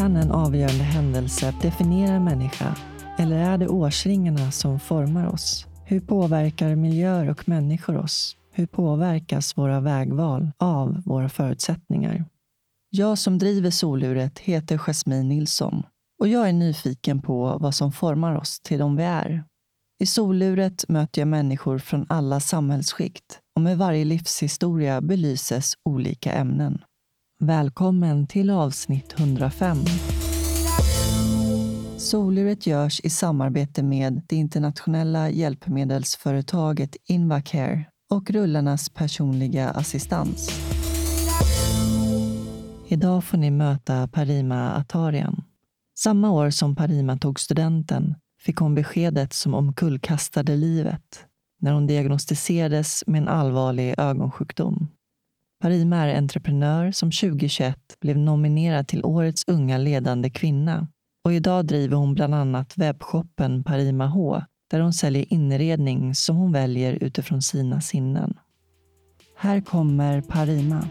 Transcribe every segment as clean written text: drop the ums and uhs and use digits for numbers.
Kan en avgörande händelse definiera en människa? Eller är det årsringarna som formar oss? Hur påverkar miljöer och människor oss? Hur påverkas våra vägval av våra förutsättningar? Jag som driver soluret heter Jasmine Nilsson och jag är nyfiken på vad som formar oss till de vi är. I soluret möter jag människor från alla samhällsskikt och med varje livshistoria belyses olika ämnen. Välkommen till avsnitt 105. Soluret görs i samarbete med det internationella hjälpmedelsföretaget Invacare och Rullarnas personliga assistans. Idag får ni möta Parima Atarian. Samma år som Parima tog studenten fick hon beskedet som omkullkastade livet när hon diagnostiserades med en allvarlig ögonsjukdom. Parima är entreprenör som 2021 blev nominerad till Årets unga ledande kvinna och idag driver hon bland annat webbshoppen Parima H där hon säljer inredning som hon väljer utifrån sina sinnen. Här kommer Parima.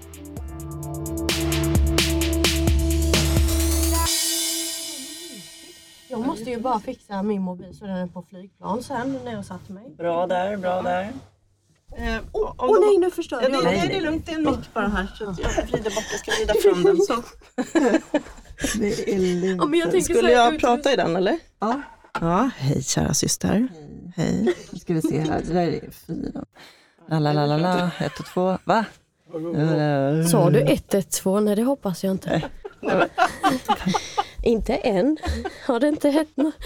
Jag måste ju bara fixa min mobil så den är på flygplan sen när jag satt mig. Bra där, bra där. Nej, nu förstör jag. Nej, det är lugnt. Det är en mick bara här. Så jag vrider bort, jag ska vrida fram den så. Det är lugnt. Ja, men jag tänker Skulle jag prata i den eller? Ja. Ja, hej kära syster. Hej. Nu ska vi se här, det där är 4. La, 1 och 2, va? Sa du 112? Nej, det hoppas jag inte. Inte än. Har det inte hänt något?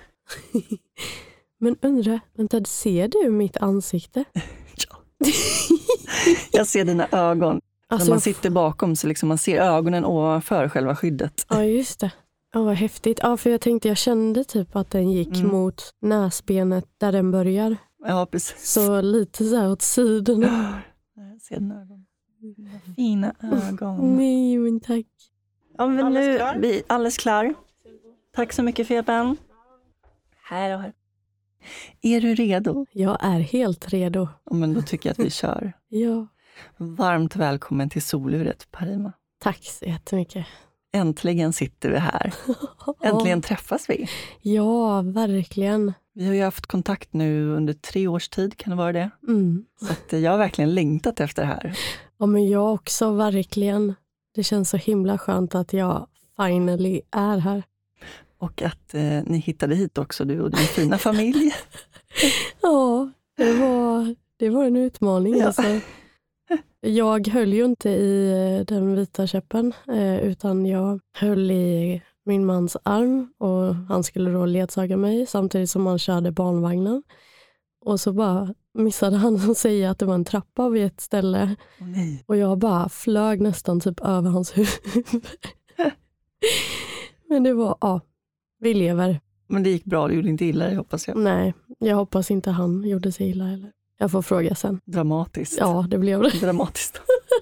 Men vänta, ser du mitt ansikte? Ja. Jag ser dina ögon. Alltså, när man sitter bakom så liksom man ser ögonen ovanför själva skyddet. Ja, just det. Ja, vad häftigt. Ja, för jag kände typ att den gick mot näsbenet där den börjar. Ja, precis. Så lite så här åt sidan. Jag ser dina ögon. Fina ögon. Nej, men tack. Ja, men Alldeles nu klar? vi alldeles klar. Tack så mycket för hjälpen. Här och här. Är du redo? Jag är helt redo. Ja, men då tycker jag att vi kör. Ja. Varmt välkommen till soluret, Parima. Tack så jättemycket. Äntligen sitter vi här. Äntligen träffas vi. Ja, verkligen. Vi har ju haft kontakt nu under 3 års tid, kan det vara det? Mm. Så att jag har verkligen längtat efter det här. Ja, men jag också, verkligen. Det känns så himla skönt att jag finally är här. Och att ni hittade hit också, du och din fina familj. Ja, det var en utmaning. Ja. Alltså. Jag höll ju inte i den vita käppen utan jag höll i min mans arm och han skulle då ledsaga mig samtidigt som han körde barnvagnen. Och så bara missade han att säga att det var en trappa vid ett ställe. Nej. Och jag bara flög nästan typ över hans huvud. Men det var, ja, vi lever. Men det gick bra, du gjorde inte illa, hoppas jag. Nej, jag hoppas inte han gjorde sig illa heller. Jag får fråga sen. Dramatiskt. Ja, det blev det. Dramatiskt.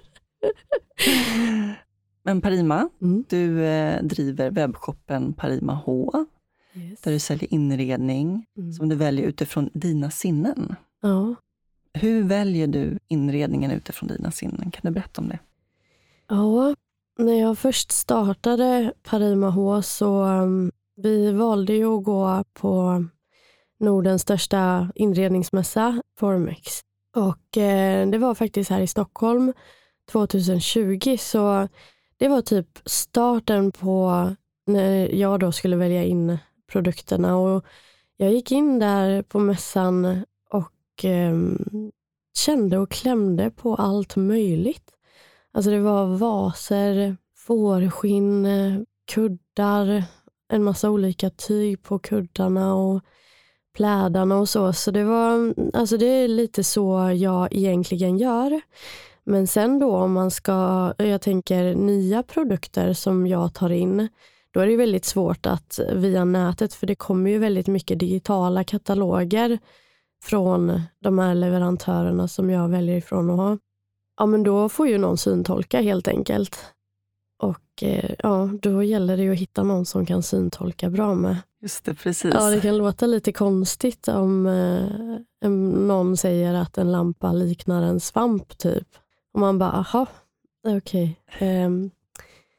Men Parima, du driver webbshoppen Parima H. Yes. Där du säljer inredning som du väljer utifrån dina sinnen. Ja. Hur väljer du inredningen utifrån dina sinnen? Kan du berätta om det? Ja, när jag först startade Parima H så vi valde ju att gå på Nordens största inredningsmässa, Formex. Och det var faktiskt här i Stockholm 2020, så det var typ starten på när jag då skulle välja in produkterna. Och jag gick in där på mässan och kände och klämde på allt möjligt. Alltså det var vaser, fårskinn, kuddar, en massa olika tyg på kuddarna och plädarna och så. Så det var, alltså det är lite så jag egentligen gör. Men sen då om man ska, jag tänker nya produkter som jag tar in, då är det väldigt svårt att via nätet, för det kommer ju väldigt mycket digitala kataloger från de här leverantörerna som jag väljer ifrån att ha. Ja, men då får ju någon syntolka helt enkelt. Och ja, då gäller det ju att hitta någon som kan syntolka bra med. Just det, precis. Ja, det kan låta lite konstigt om någon säger att en lampa liknar en svamp typ. Och man bara, aha, okej.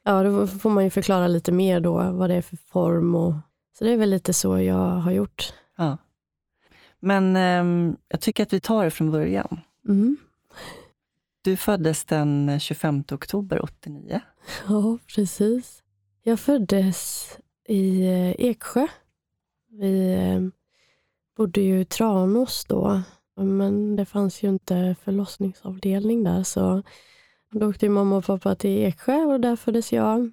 Ja, då får man ju förklara lite mer då vad det är för form. Så det är väl lite så jag har gjort. Ja. Men jag tycker att vi tar det från början. Mm. Du föddes den 25 oktober 89. Ja, precis. Jag föddes i Eksjö. Vi bodde ju i Tranås då. Men det fanns ju inte förlossningsavdelning där. Så då åkte mamma och pappa till Eksjö och där föddes jag.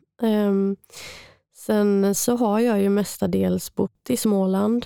Sen så har jag ju mestadels bott i Småland.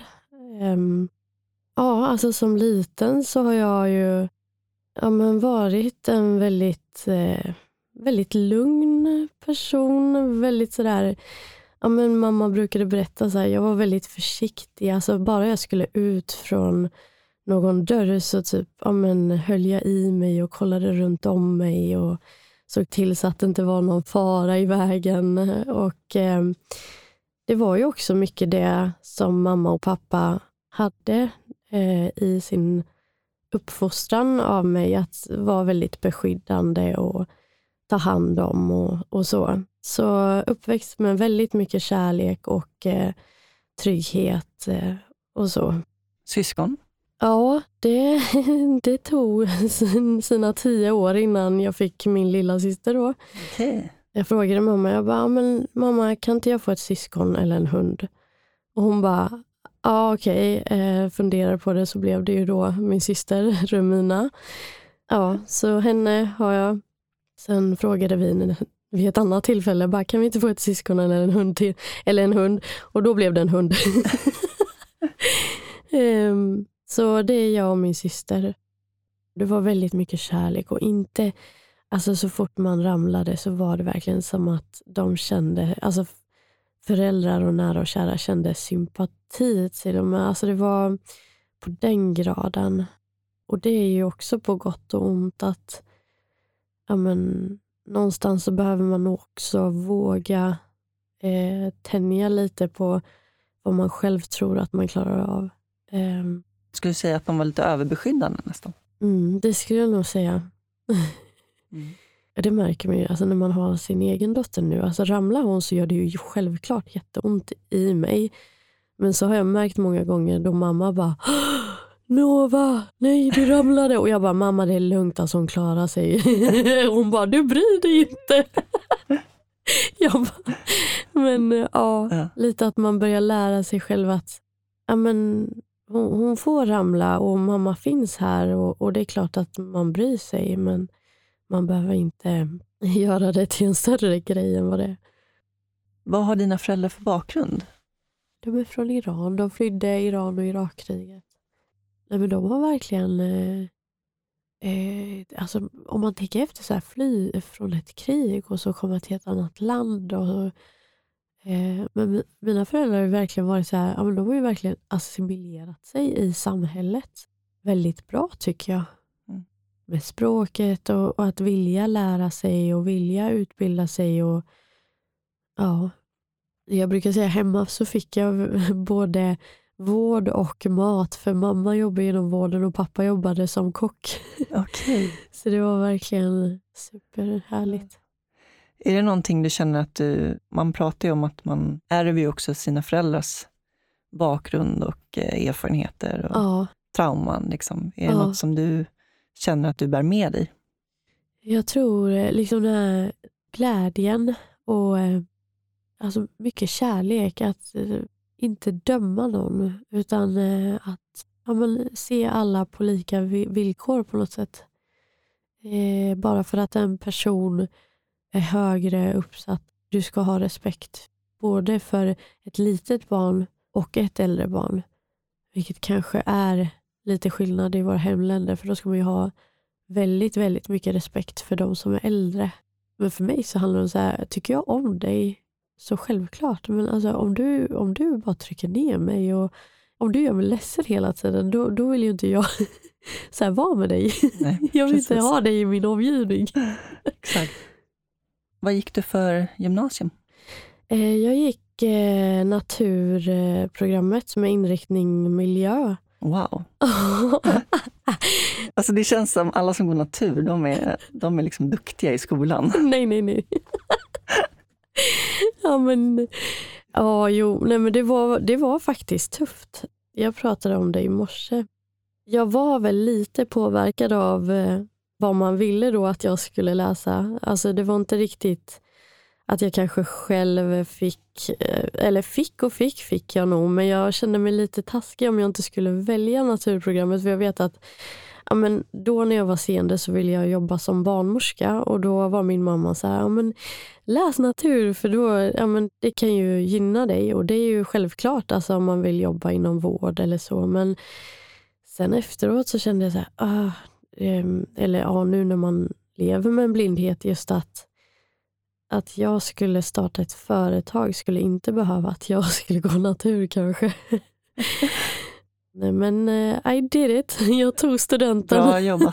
Ja, alltså som liten så har jag ju varit en väldigt lugn person. Väldigt sådär, mamma brukade berätta så här, jag var väldigt försiktig. Alltså bara jag skulle ut från någon dörr så typ, höll jag i mig och kollade runt om mig och såg till så att det inte var någon fara i vägen. Och det var ju också mycket det som mamma och pappa hade i sin uppfostran av mig, att vara väldigt beskyddande och ta hand om och så. Så uppväxt med väldigt mycket kärlek och trygghet och så. Syskon? Ja, det tog sina 10 år innan jag fick min lilla syster då. Okay. Jag frågade mamma, jag bara, men mamma, kan inte jag få ett syskon eller en hund? Och hon bara, ja okej, funderar på det, så blev det ju då min syster Romina. Ja, så henne har jag. Sen frågade vi vid ett annat tillfälle, bara, kan vi inte få ett syskon eller en hund till? Eller en hund, och då blev det en hund. Så det är jag och min syster. Det var väldigt mycket kärlek och inte, alltså så fort man ramlade så var det verkligen som att de kände, alltså föräldrar och nära och kära kände sympati till dem. Alltså det var på den graden. Och det är ju också på gott och ont att någonstans så behöver man också våga tänja lite på vad man själv tror att man klarar av. Skulle du säga att man var lite överbeskyddande nästan? Det skulle jag nog säga. Det märker man ju alltså när man har sin egen dotter nu. Alltså ramlar hon så gör det ju självklart jätteont i mig. Men så har jag märkt många gånger då mamma bara, Nova, nej du ramlade. Och jag bara, mamma det är lugnt, alltså hon klarar sig. Hon bara, du bryr dig inte. Jag bara, men ja, lite att man börjar lära sig själv att hon får ramla och mamma finns här och det är klart att man bryr sig, men man behöver inte göra det till en större grej än vad det är. Vad har dina föräldrar för bakgrund? De är från Iran. De flydde Iran och Irakkriget. Nej, men de har verkligen alltså om man tänker efter så här, fly från ett krig och så komma till ett annat land och men mina föräldrar har ju verkligen varit så här, de har ju verkligen assimilerat sig i samhället väldigt bra tycker jag. Med språket och att vilja lära sig och vilja utbilda sig och ja, jag brukar säga hemma så fick jag både vård och mat, för mamma jobbade inom vården och pappa jobbade som kock. Okay. Så det var verkligen superhärligt. Är det någonting du känner att man pratar ju om att man ärver ju också sina föräldrars bakgrund och erfarenheter och trauman liksom. Är det något som du känner att du bär med dig? Jag tror liksom den här glädjen och alltså mycket kärlek, att inte döma någon utan att se alla på lika villkor på något sätt. Bara för att en person är högre uppsatt, du ska ha respekt både för ett litet barn och ett äldre barn, vilket kanske är lite skillnad i våra hemländer, för då ska man ju ha väldigt, väldigt mycket respekt för de som är äldre. Men för mig så handlar det om så här, tycker jag om dig så självklart, men alltså om du bara trycker ner mig och om du gör mig ledsen hela tiden, då vill ju inte jag så här vara med dig. Nej, jag vill inte ha dig i min omgivning. Exakt. Vad gick du för gymnasium? Jag gick naturprogrammet med inriktning miljö. Wow. Alltså det känns som alla som går natur, de är liksom duktiga i skolan. Nej. men det var faktiskt tufft. Jag pratade om det i morse. Jag var väl lite påverkad av vad man ville då att jag skulle läsa. Alltså det var inte riktigt att jag kanske själv fick jag nog, men jag kände mig lite taskig om jag inte skulle välja naturprogrammet, för jag vet att då när jag var seende så ville jag jobba som barnmorska, och då var min mamma så här, läs natur för då, det kan ju gynna dig, och det är ju självklart alltså, om man vill jobba inom vård eller så, men sen efteråt så kände jag så här, nu när man lever med en blindhet, just att jag skulle starta ett företag skulle inte behöva att jag skulle gå natur kanske. Nej, men I did it. Jag tog studenten. Bra jobbat.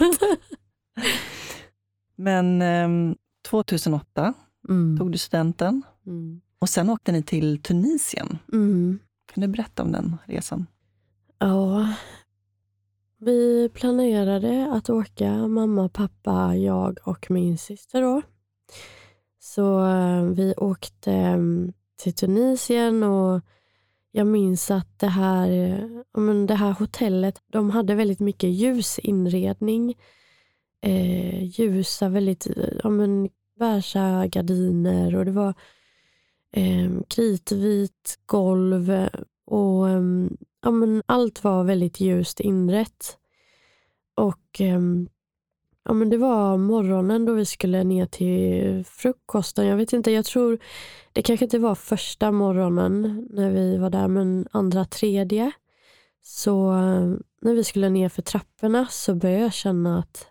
Men 2008 tog du studenten. Och sen åkte ni till Tunisien. Kan du berätta om den resan? Ja, vi planerade att åka, mamma, pappa, jag och min syster då. Så vi åkte till Tunisien, och jag minns att det här hotellet, de hade väldigt mycket ljusinredning. Ljusa, väldigt beiga gardiner, och det var kritvit golv, och allt var väldigt ljust inrätt. Och det var morgonen då vi skulle ner till frukosten. Jag vet inte, jag tror det kanske inte var första morgonen när vi var där, men andra, tredje. Så när vi skulle ner för trapporna så började jag känna att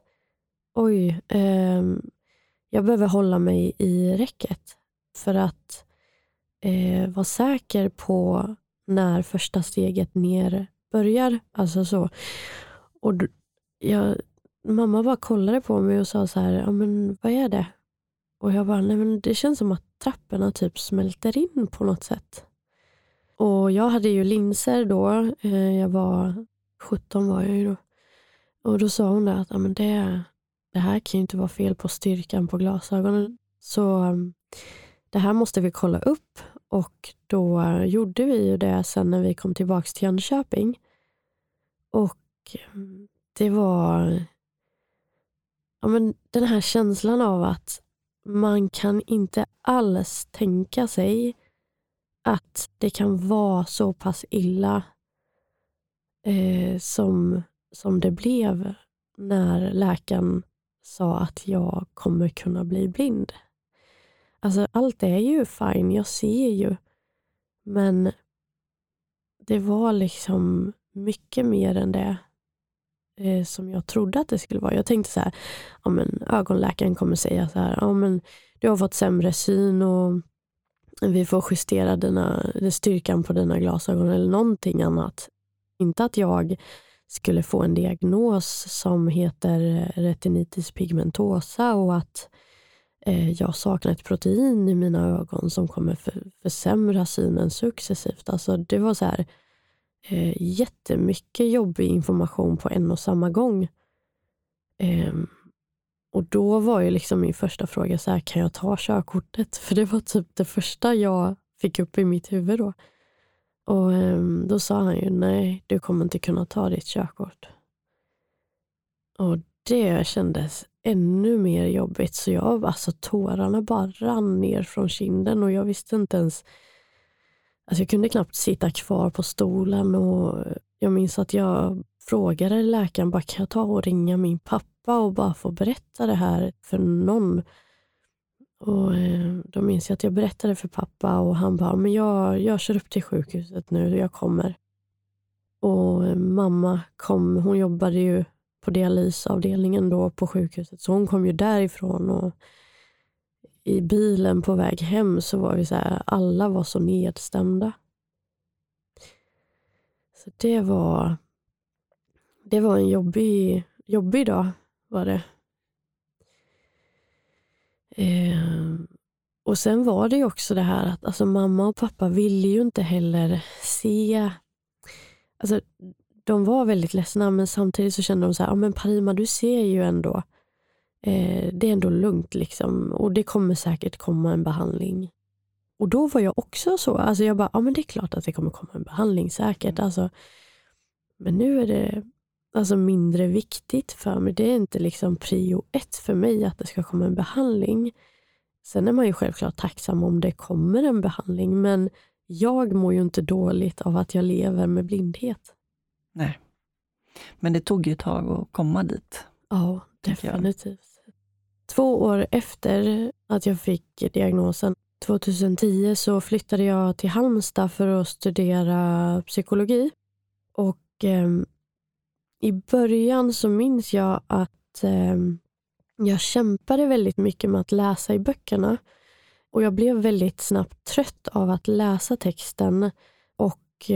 jag behöver hålla mig i räcket för att vara säker på när första steget ner börjar. Alltså så. Och mamma bara kollade på mig och sa så här, vad är det? Och jag bara, nej men det känns som att trapporna typ smälter in på något sätt. Och jag hade ju linser då, jag var 17 var jag ju då. Och då sa hon att det här kan ju inte vara fel på styrkan på glasögonen. Så det här måste vi kolla upp. Och då gjorde vi ju det sen när vi kom tillbaka till Jönköping. Och det var den här känslan av att man kan inte alls tänka sig att det kan vara så pass illa som det blev när läkaren sa att jag kommer kunna bli blind. Alltså allt är ju fine, jag ser ju. Men det var liksom mycket mer än det som jag trodde att det skulle vara. Jag tänkte så här, ögonläkaren kommer säga så här, du har fått sämre syn och vi får justera styrkan på dina glasögon eller någonting annat. Inte att jag skulle få en diagnos som heter retinitis pigmentosa och att jag saknar ett protein i mina ögon som kommer försämra synen successivt. Alltså det var så här jättemycket jobbig information på en och samma gång. Och då var ju liksom min första fråga så här, kan jag ta körkortet? För det var typ det första jag fick upp i mitt huvud då. Och då sa han ju, nej, du kommer inte kunna ta ditt körkort. Och det kändes ännu mer jobbigt, så tårarna bara rann ner från kinden och jag visste inte ens, jag kunde knappt sitta kvar på stolen, och jag minns att jag frågade läkaren, bara kan jag ta och ringa min pappa och bara få berätta det här för någon? Och då minns jag att jag berättade för pappa och han bara, men jag kör upp till sjukhuset nu, jag kommer. Och mamma kom, hon jobbade ju på dialysavdelningen då på sjukhuset, så hon kom ju därifrån, och i bilen på väg hem så var vi så här, alla var så nedstämda. Så det var en jobbig dag var det. Och sen var det ju också det här att mamma och pappa ville ju inte heller se, de var väldigt ledsna, men samtidigt så kände de så här, men Parima, du ser ju ändå, det är ändå lugnt liksom, och det kommer säkert komma en behandling. Och då var jag också så. Alltså jag bara, ja men det är klart att det kommer komma en behandling säkert. Alltså, men nu är det alltså mindre viktigt för mig. Det är inte liksom prio 1 för mig att det ska komma en behandling. Sen är man ju självklart tacksam om det kommer en behandling. Men jag mår ju inte dåligt av att jag lever med blindhet. Nej. Men det tog ju ett tag att komma dit. Ja, definitivt. 2 år efter att jag fick diagnosen, 2010, så flyttade jag till Halmstad för att studera psykologi. Och i början så minns jag att jag kämpade väldigt mycket med att läsa i böckerna. Och jag blev väldigt snabbt trött av att läsa texten. Och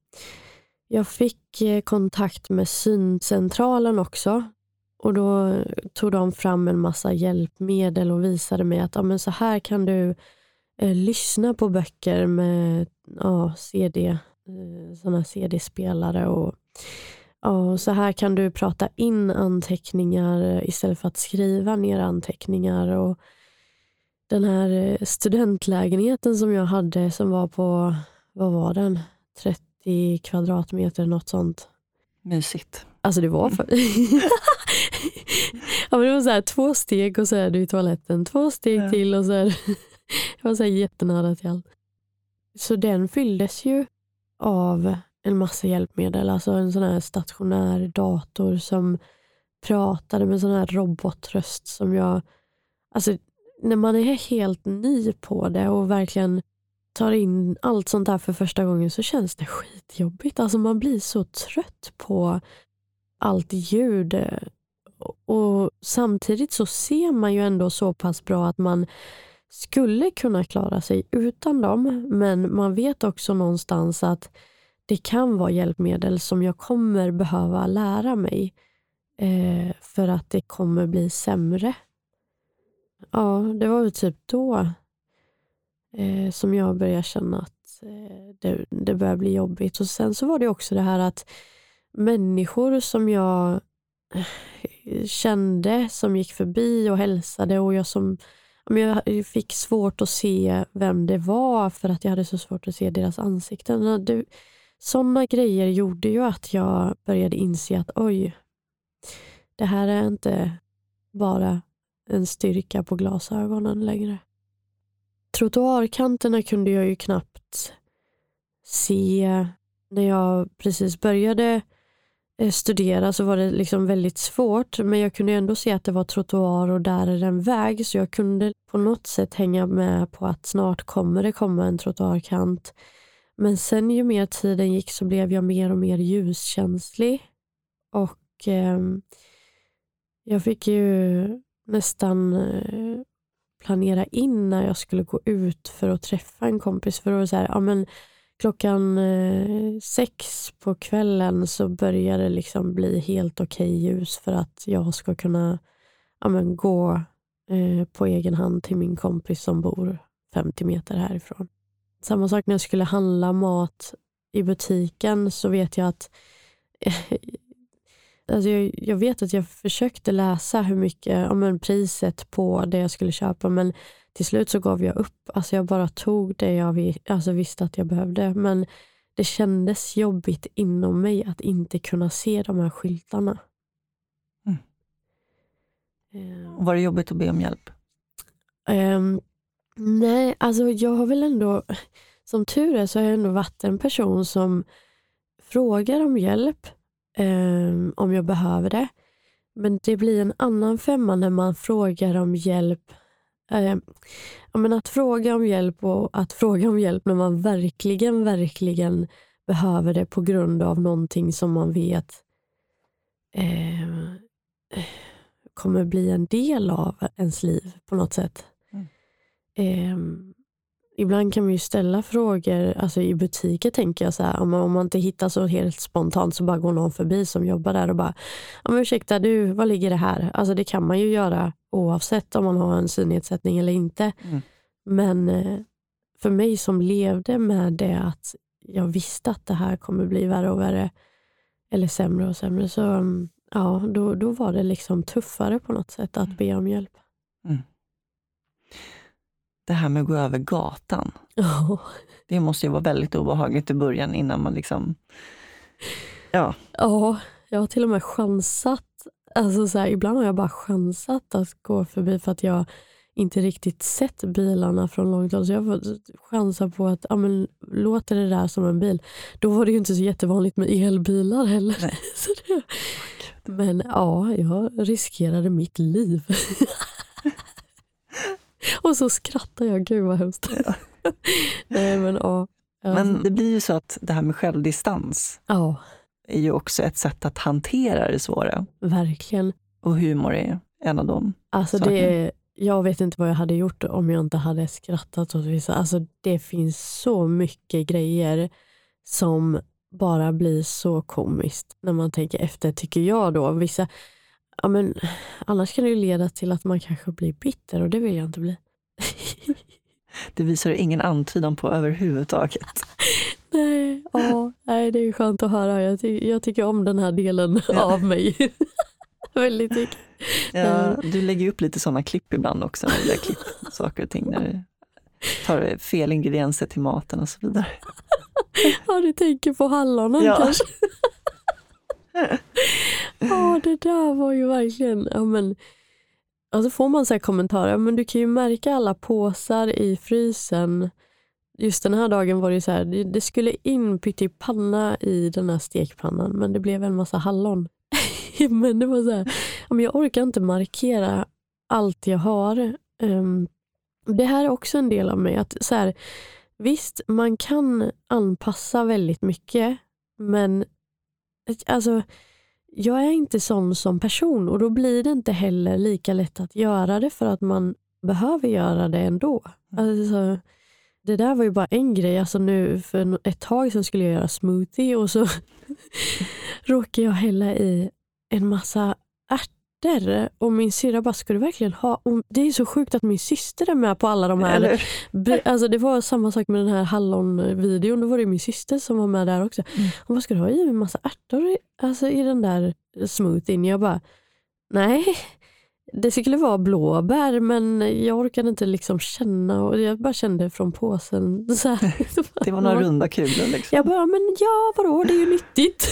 jag fick kontakt med syncentralen också. Och då tog de fram en massa hjälpmedel och visade mig att men så här kan du lyssna på böcker med CD, såna CD-spelare och så här kan du prata in anteckningar istället för att skriva ner anteckningar. Och den här studentlägenheten som jag hade som var på, vad var den? 30 kvadratmeter, något sånt. Mysigt. Alltså det var ja, men det var så här 2 steg och så är du i toaletten. 2 steg till och så är det var så här jättenära till allt. Så den fylldes ju av en massa hjälpmedel. Alltså en sån här stationär dator som pratade med sån här robotröst som jag... Alltså när man är helt ny på det och verkligen tar in allt sånt där för första gången så känns det skitjobbigt. Alltså man blir så trött på allt ljud. Och samtidigt så ser man ju ändå så pass bra att man skulle kunna klara sig utan dem. Men man vet också någonstans att det kan vara hjälpmedel som jag kommer behöva lära mig. För att det kommer bli sämre. Ja, det var ju typ då som jag började känna att det börjar bli jobbigt. Och sen så var det också det här att människor som jag kände som gick förbi och hälsade och jag fick svårt att se vem det var för att jag hade så svårt att se deras ansikten. Sådana grejer gjorde ju att jag började inse att det här är inte bara en styrka på glasögonen längre. Trottoarkanterna kunde jag ju knappt se. När jag precis började studera så var det liksom väldigt svårt, men jag kunde ändå se att det var trottoar och där är en väg, så jag kunde på något sätt hänga med på att snart kommer det komma en trottoarkant. Men sen ju mer tiden gick så blev jag mer och mer ljuskänslig och jag fick ju nästan planera in när jag skulle gå ut för att träffa en kompis, för att säga, men klockan 6 på kvällen så börjar det liksom bli helt okej ljus för att jag ska kunna gå på egen hand till min kompis som bor 50 meter härifrån. Samma sak när jag skulle handla mat i butiken, så vet jag att alltså jag vet att jag försökte läsa hur mycket priset på det jag skulle köpa, men till slut så gav jag upp. Alltså jag bara tog det jag visste att jag behövde, men det kändes jobbigt inom mig att inte kunna se de här skyltarna. Var det jobbigt att be om hjälp? Nej, alltså jag har väl ändå, som tur är så har jag ändå varit en person som frågar om hjälp om jag behöver det. Men det blir en annan femma när man frågar om hjälp. Att fråga om hjälp och att fråga om hjälp när man verkligen behöver det på grund av någonting som man vet kommer bli en del av ens liv på något sätt. Ibland kan man ju ställa frågor, alltså i butiker tänker jag så här, om man inte hittar så helt spontant så bara går någon förbi som jobbar där och bara, ursäkta du, vad ligger det här? Alltså det kan man ju göra oavsett om man har en synnedsättning eller inte. Men för mig som levde med det att jag visste att det här kommer bli värre och värre eller sämre och sämre, så då var det liksom tuffare på något sätt att be om hjälp. Det här med att gå över gatan. Ja. Det måste ju vara väldigt obehagligt i början innan man liksom... Ja. Ja, jag har till och med chansat. Alltså så här, ibland har jag bara chansat att gå förbi för att jag inte riktigt sett bilarna från långt håll. Så jag får chansa på att låter det där som en bil. Då var det ju inte så jättevanligt med elbilar heller. Så det, men ja, jag riskerade mitt liv. Och så skrattar jag, gud vad hemskt. Ja. Nej, men ja. Men det blir ju så att det här med självdistans är ju också ett sätt att hantera det svåra. Verkligen. Och humor är en av dem. Alltså jag vet inte vad jag hade gjort om jag inte hade skrattat åt vissa. Alltså det finns så mycket grejer som bara blir så komiskt när man tänker efter, tycker jag då. Vissa, annars kan det ju leda till att man kanske blir bitter och det vill jag inte bli. Det visar ingen antydan på överhuvudtaget. Nej, det är skönt att höra. Jag tycker om den här delen av mig. Väldigt mycket. Ja, du lägger ju upp lite sådana klipp ibland också. När du klipp saker och ting. När du tar fel ingredienser till maten och så vidare. Ja, du tänker på hallonen kanske. Ja, det där var ju verkligen... Ja, men, alltså får man så här kommentarer. Men du kan ju märka alla påsar i frysen. Just den här dagen var det så här. Det skulle in pyttipanna i den här stekpannan. Men det blev en massa hallon. Men det var så här, jag orkar inte markera allt jag har. Det här är också en del av mig. Att så här, visst, man kan anpassa väldigt mycket. Men alltså, jag är inte sån som person. Och då blir det inte heller lika lätt att göra det. För att man behöver göra det ändå. Alltså, det där var ju bara en grej. Alltså nu för ett tag så skulle jag göra smoothie. Och så råkade jag hälla i en massa ärtor och min syrra bara, skulle verkligen ha, och det är så sjukt att min syster är med på alla de här, alltså det var samma sak med den här hallonvideon, då var det min syster som var med där också. Hon bara, ska du ha i en massa ärtor alltså i den där smoothien? Jag bara, nej, det skulle vara blåbär, men jag orkade inte liksom känna, och jag bara kände från påsen så här. Det var några runda kulor liksom. Jag bara, men ja, vadå, det är ju nyttigt.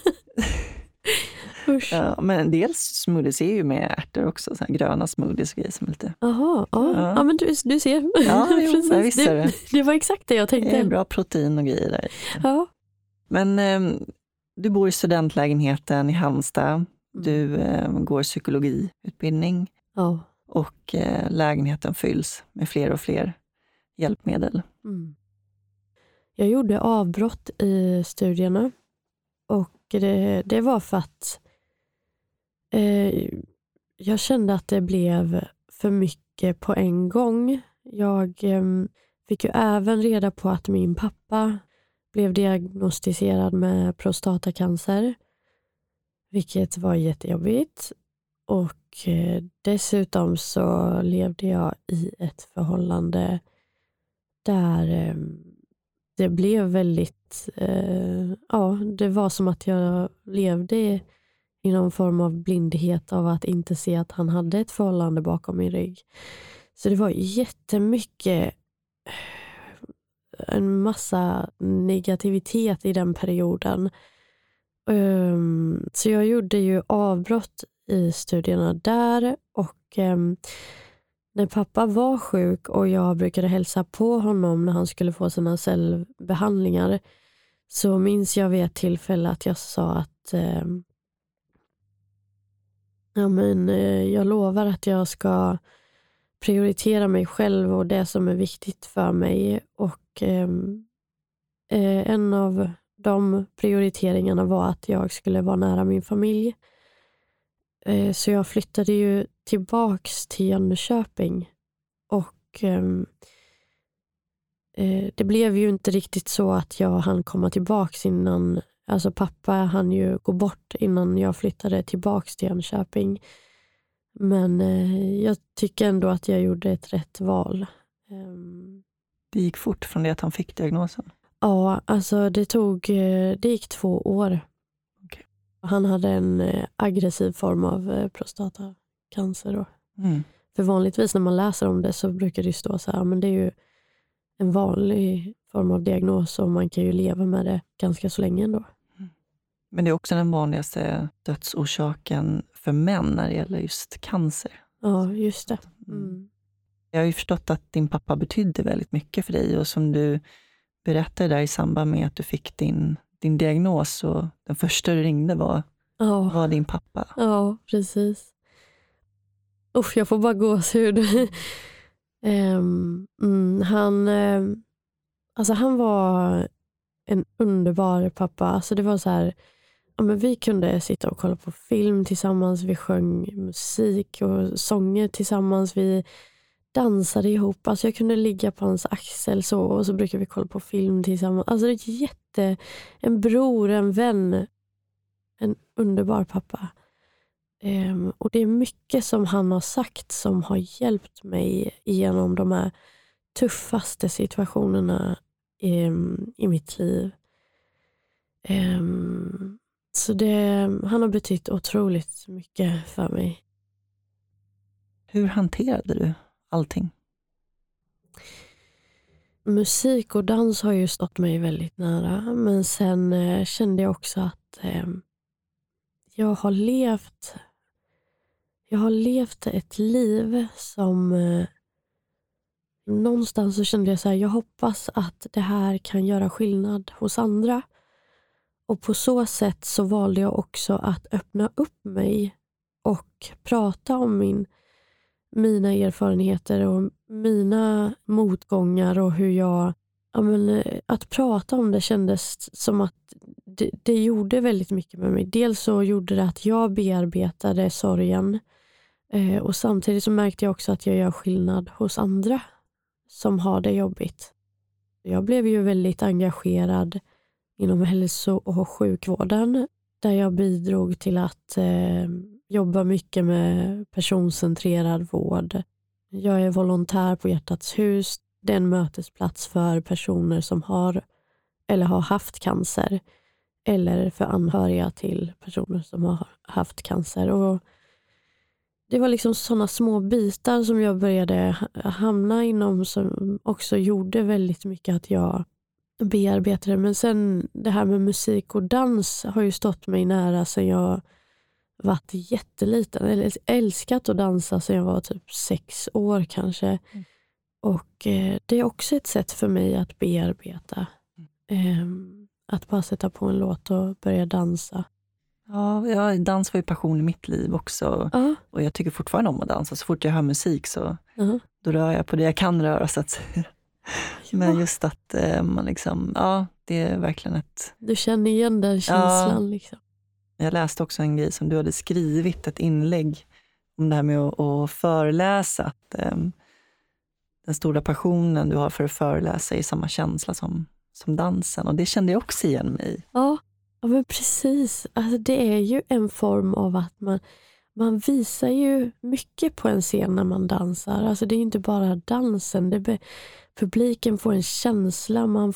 Ja, men dels smoothies är ju med ärtor också, så här gröna smoothies och grejer som lite... Jaha, ja, men du ser. Ja, precis. Det var exakt det jag tänkte. Det är bra protein och grejer där. Ja. Men du bor i studentlägenheten i Halmstad. Du går psykologiutbildning. Ja. Och lägenheten fylls med fler och fler hjälpmedel. Jag gjorde avbrott i studierna. Och det var för att jag kände att det blev för mycket på en gång. Jag fick ju även reda på att min pappa blev diagnostiserad med prostatacancer. Vilket var jättejobbigt. Och dessutom så levde jag i ett förhållande där det blev väldigt, det var som att jag levde i någon form av blindhet av att inte se att han hade ett förhållande bakom min rygg. Så det var jättemycket, en massa negativitet i den perioden. Så jag gjorde ju avbrott i studierna där, och när pappa var sjuk och jag brukade hälsa på honom när han skulle få sina cellbehandlingar, så minns jag vid ett tillfälle att jag sa att jag lovar att jag ska prioritera mig själv och det som är viktigt för mig. Och en av de prioriteringarna var att jag skulle vara nära min familj. Så jag flyttade ju tillbaks till Jönköping. Och det blev ju inte riktigt så att jag hann komma tillbaks innan, alltså pappa hann ju gå bort innan jag flyttade tillbaks till Jönköping. Men jag tycker ändå att jag gjorde ett rätt val. Det gick fort från det att han fick diagnosen? Ja, alltså det gick 2 år. Han hade en aggressiv form av prostatacancer då. För vanligtvis när man läser om det så brukar det stå så här, men det är ju en vanlig form av diagnos och man kan ju leva med det ganska så länge ändå. Men det är också den vanligaste dödsorsaken för män när det gäller just cancer. Ja, just det. Mm. Jag har ju förstått att din pappa betydde väldigt mycket för dig och som du berättade där i samband med att du fick din diagnos och den första du ringde var din pappa. Ja, precis. Usch, jag får bara gåshud. Han var en underbar pappa. Alltså det var så här, ja, men vi kunde sitta och kolla på film tillsammans, vi sjöng musik och sånger tillsammans, vi dansade ihop. Alltså jag kunde ligga på hans axel så, och så brukar vi kolla på film tillsammans. Alltså det är en bror, en vän, en underbar pappa. Och det är mycket som han har sagt som har hjälpt mig igenom de här tuffaste situationerna i mitt liv. Så han har betytt otroligt mycket för mig. Hur hanterade du allting? Musik och dans har ju stått mig väldigt nära. Men sen kände jag också att jag har levt ett liv som någonstans så kände jag så här, jag hoppas att det här kan göra skillnad hos andra. Och på så sätt så valde jag också att öppna upp mig och prata om mina erfarenheter och mina motgångar och hur att prata om det kändes som att det gjorde väldigt mycket med mig. Dels så gjorde det att jag bearbetade sorgen och samtidigt så märkte jag också att jag gör skillnad hos andra som har det jobbigt. Jag blev ju väldigt engagerad inom hälso- och sjukvården där jag bidrog till att jobba mycket med personcentrerad vård. Jag är volontär på Hjärtats hus. Det är en mötesplats för personer som har eller har haft cancer eller för anhöriga till personer som har haft cancer. Och det var liksom sådana små bitar som jag började hamna inom som också gjorde väldigt mycket att jag bearbetade. Men sen det här med musik och dans har ju stått mig nära sedan jag varit jätteliten. Eller älskat att dansa sedan jag var typ 6 år kanske. Och det är också ett sätt för mig att bearbeta. Att bara sätta på en låt och börja dansa. Ja, dans var ju passion i mitt liv också. Och jag tycker fortfarande om att dansa. Så fort jag hör musik så då rör jag på det jag kan röra så att säga. Men just att man liksom, det är verkligen ett... Du känner igen den känslan liksom. Jag läste också en grej som du hade skrivit, ett inlägg om det här med att föreläsa. Att den stora passionen du har för att föreläsa är samma känsla som dansen. Och det kände jag också igen mig i. Ja, men precis. Alltså, det är ju en form av att man visar ju mycket på en scen när man dansar. Alltså det är inte bara dansen. Publiken får en känsla. Man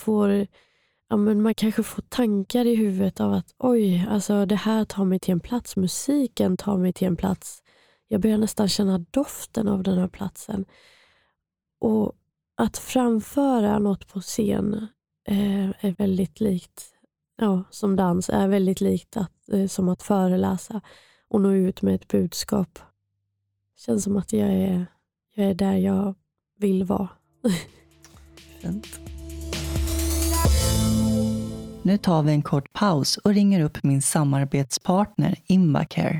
kanske får tankar i huvudet av att oj, alltså det här tar mig till en plats. Musiken tar mig till en plats. Jag börjar nästan känna doften av den här platsen. Och att framföra något på scen är väldigt likt, som dans är väldigt likt som att föreläsa och nå ut med ett budskap. Känns som att jag är där jag vill vara. Fint. Nu tar vi en kort paus och ringer upp min samarbetspartner Invacare.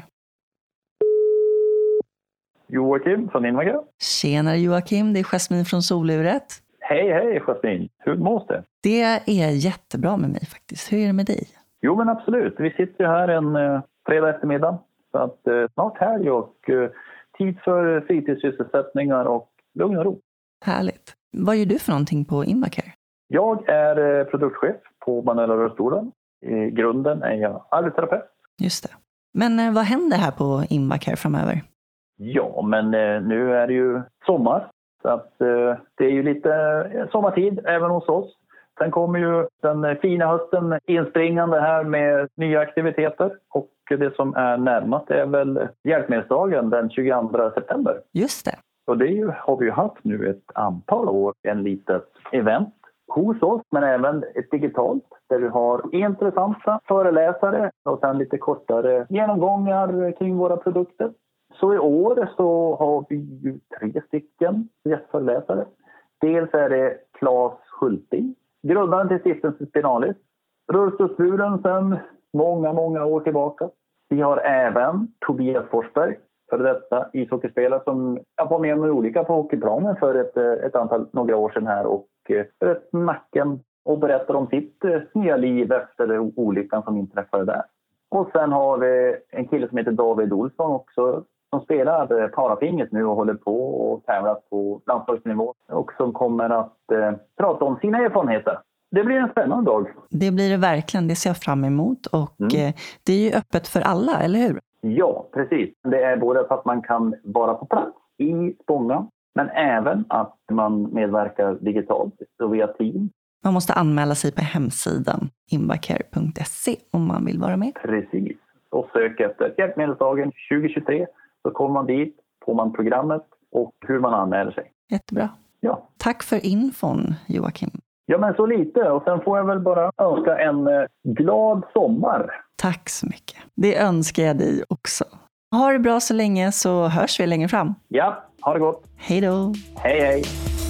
Joakim från Invacare. Tjenare Joakim, det är Jasmin från Soluret. Hej Jasmin, hur mås det? Det är jättebra med mig faktiskt. Hur är det med dig? Jo men absolut, vi sitter ju här en fredag eftermiddag. Så att snart helg och tid för fritidssysselsättningar och lugn och ro. Härligt. Vad gör du för någonting på Invacare? Jag är produktchef på manuella rörstolen. I grunden är jag arbetsterapeut. Just det. Men vad händer här på Invacare framöver? Ja, men nu är det ju sommar. Så att det är ju lite sommartid även hos oss. Sen kommer ju den fina hösten inspringande här med nya aktiviteter. Och det som är närmast är väl hjälpmedelsdagen den 22 september. Just det. Och det har vi ju haft nu ett antal år, en litet event hos oss, men även ett digitalt där vi har intressanta föreläsare och sen lite kortare genomgångar kring våra produkter. Så i år så har vi ju 3 stycken gästföreläsare. Dels är det Claes Schulting, grundaren till stiftelsen Spinalis, rullstolsburen sedan många år tillbaka. Vi har även Tobias Forsberg, för detta ishockeyspelare som var med om olika på hockeyplanen för några år sedan här och ett nacken och berättar om sitt nya liv efter olyckan som inträffade där. Och sen har vi en kille som heter David Olsson också som spelar parafingret nu och håller på och tävlar på landslagsnivå och som kommer att prata om sina erfarenheter. Det blir en spännande dag. Det blir det verkligen, det ser jag fram emot och det är ju öppet för alla, eller hur? Ja, precis. Det är både att man kan vara på plats i Spånga men även att man medverkar digitalt och via Teams. Man måste anmäla sig på hemsidan invacare.se om man vill vara med. Precis. Och sök efter hjälpmedelsdagen 2023 så kommer man dit, får man programmet och hur man anmäler sig. Jättebra. Ja. Tack för infon, Joakim. Ja, men så lite. Och sen får jag väl bara önska en glad sommar. Tack så mycket. Det önskar jag dig också. Ha det bra så länge så hörs vi längre fram. Ja, ha det gott. Hej då. Hej, hej.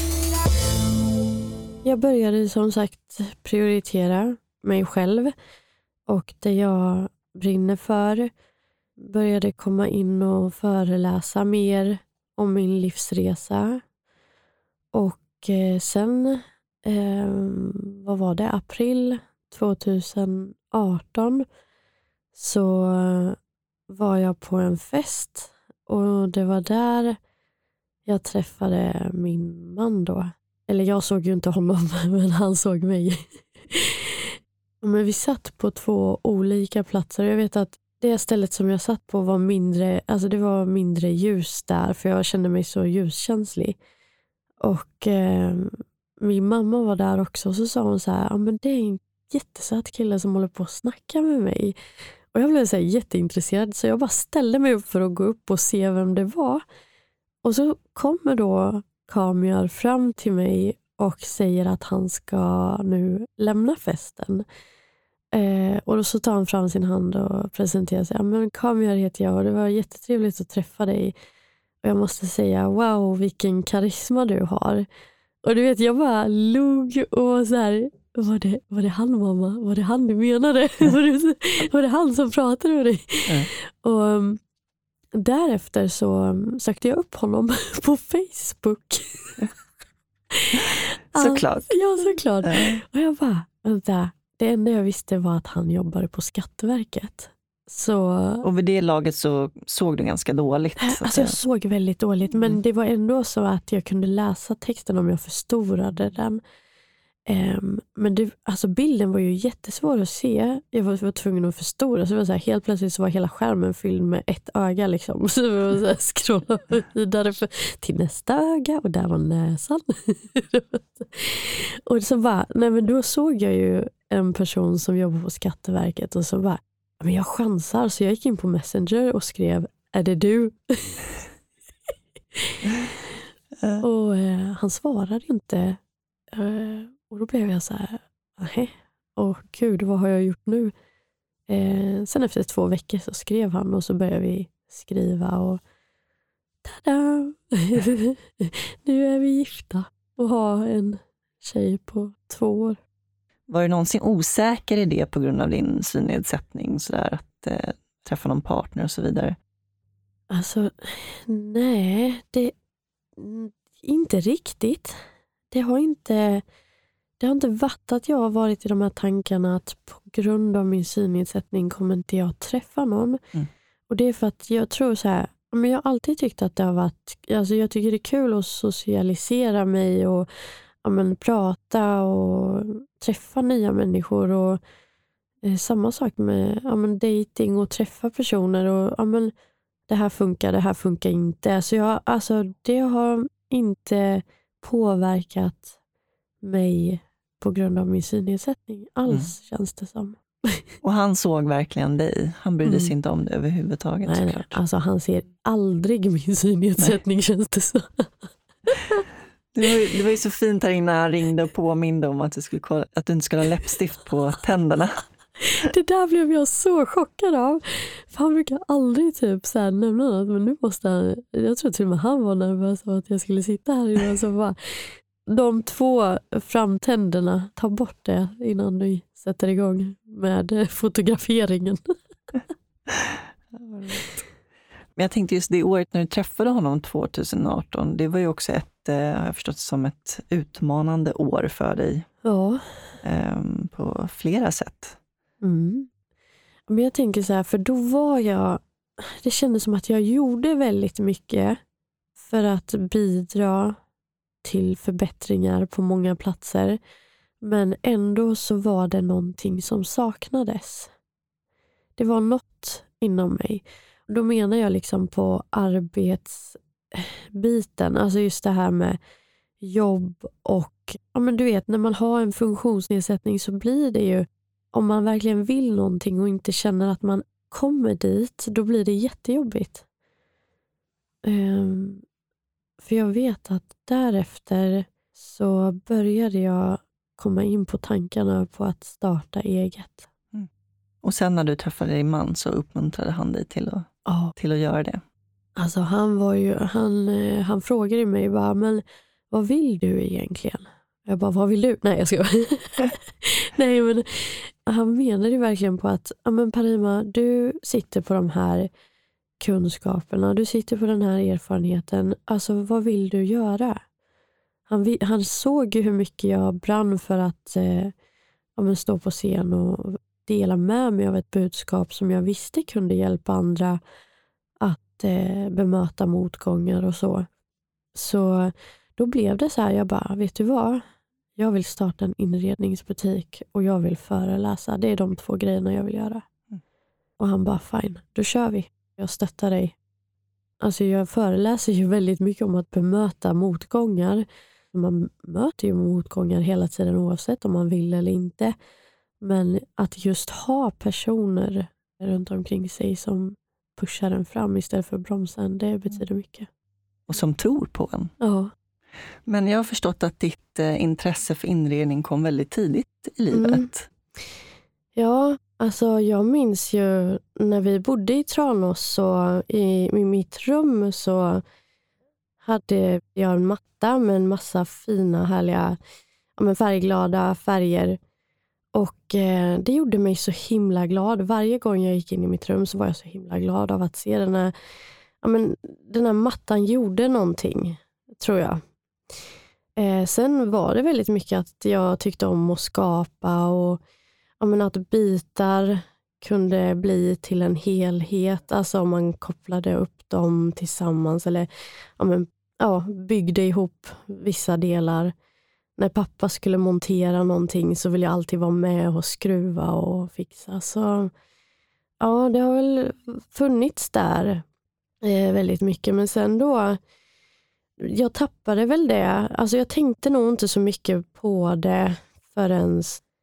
Jag började som sagt prioritera mig själv och det jag brinner för. Började komma in och föreläsa mer om min livsresa. Och sen, vad var det? April 2018 så var jag på en fest och det var där jag träffade min man då. Eller jag såg ju inte honom, men han såg mig. Men vi satt på 2 olika platser. Jag vet att det stället som jag satt på var mindre, alltså det var mindre ljus där för jag kände mig så ljuskänslig. Och min mamma var där också och så sa hon så här, ja men det är en jättesöt kille som håller på att snacka med mig. Och jag blev så här jätteintresserad så jag bara ställde mig upp för att gå upp och se vem det var. Och så kommer då Kamjar fram till mig och säger att han ska nu lämna festen. Och då så tar han fram sin hand och presenterar sig. Ja, men Kamjar heter jag och det var jättetrevligt att träffa dig. Och jag måste säga, wow, vilken karisma du har. Och du vet, jag bara log och så här, var det han mamma? Var det han du menade? Var det han som pratade med dig? Och därefter så sökte jag upp honom på Facebook. Såklart. Ja, såklart. Och jag bara, vänta, det enda jag visste var att han jobbade på Skatteverket. Så... Och vid det laget så såg du ganska dåligt. Alltså jag såg väldigt dåligt, men det var ändå så att jag kunde läsa texten om jag förstorade den. Men alltså bilden var ju jättesvår att se. Jag var tvungen att förstora. Så det var så här, helt plötsligt så var hela skärmen fylld med ett öga. Liksom. Så jag var så här, scrolla vidare till nästa öga. Och där var näsan. Och så bara, nej men då såg jag ju en person som jobbar på Skatteverket. Och så bara, men jag chansar. Så jag gick in på Messenger och skrev, är det du? Och han svarade inte. Och då blev jag så här, nej, gud, vad har jag gjort nu? Sen efter 2 veckor så skrev han och så började vi skriva och tada! Nu är vi gifta och har en tjej på 2 år. Var du någonsin osäker i det på grund av din synnedsättning, så där, att träffa någon partner och så vidare? Alltså, nej, det inte riktigt. Det har inte varit att jag har varit i de här tankarna att på grund av min synnedsättning kommer inte jag träffa någon. Och det är för att jag tror så här, men jag har alltid tyckt att det har varit, alltså jag tycker det är kul att socialisera mig och prata och träffa nya människor och samma sak med dating och träffa personer och det här funkar inte. Så det har inte påverkat mig på grund av min synnedsättning alls, känns det som. Och han såg verkligen dig. Han brydde sig inte om det överhuvudtaget. Nej, alltså han ser aldrig min synnedsättning, känns det så. Det var ju så fint här innan han ringde och påminde om att du inte skulle ha läppstift på tänderna. Det där blev jag så chockad av. För han brukar aldrig typ så här nämna något. Men nu måste han, jag tror till och med han var nervös att jag skulle sitta här innan. Så bara, de 2 framtänderna, ta bort det innan du sätter igång med fotograferingen. Men jag tänkte just det året när du träffade honom 2018, det var ju också har jag förstått, som ett utmanande år för dig. Ja. På flera sätt. Mm. Men jag tänker så här, för då var det kändes som att jag gjorde väldigt mycket för att bidra till förbättringar på många platser. Men ändå så var det någonting som saknades. Det var något inom mig. Då menar jag liksom på arbetsbiten. Alltså just det här med jobb och ja, men du vet, när man har en funktionsnedsättning så blir det ju, om man verkligen vill någonting och inte känner att man kommer dit, då blir det jättejobbigt. För jag vet att därefter så började jag komma in på tankarna på att starta eget. Mm. Och sen när du träffade din man så uppmuntrade han dig till att göra det. Alltså han frågade mig bara, men vad vill du egentligen? Jag bara, vad vill du? Nej, jag ska. Nej, men han menade ju verkligen på att, ja men Parima, du sitter på de här kunskaperna, du sitter på den här erfarenheten. Alltså, vad vill du göra? Han såg ju hur mycket jag brann för att stå på scen och dela med mig av ett budskap som jag visste kunde hjälpa andra att bemöta motgångar och så. Så då blev det så här, jag bara, vet du vad? Jag vill starta en inredningsbutik och jag vill föreläsa. Det är de 2 grejerna jag vill göra. Mm. Och han bara, fine, då kör vi. Jag stöttar dig. Alltså jag föreläser ju väldigt mycket om att bemöta motgångar. Man möter ju motgångar hela tiden oavsett om man vill eller inte. Men att just ha personer runt omkring sig som pushar en fram istället för bromsen, det betyder mycket. Och som tror på en. Ja. Men jag har förstått att ditt intresse för inredning kom väldigt tidigt i livet. Mm. Ja, alltså jag minns ju när vi bodde i Tranås, så i mitt rum så hade jag en matta med en massa fina, härliga, färgglada färger. Och det gjorde mig så himla glad. Varje gång jag gick in i mitt rum så var jag så himla glad av att se den här mattan gjorde någonting, tror jag. Sen var det väldigt mycket att jag tyckte om att skapa och att bitar kunde bli till en helhet. Alltså om man kopplade upp dem tillsammans eller byggde ihop vissa delar. När pappa skulle montera någonting så ville jag alltid vara med och skruva och fixa. Så ja, det har väl funnits där väldigt mycket. Men sen då, jag tappade väl det. Alltså jag tänkte nog inte så mycket på det förrän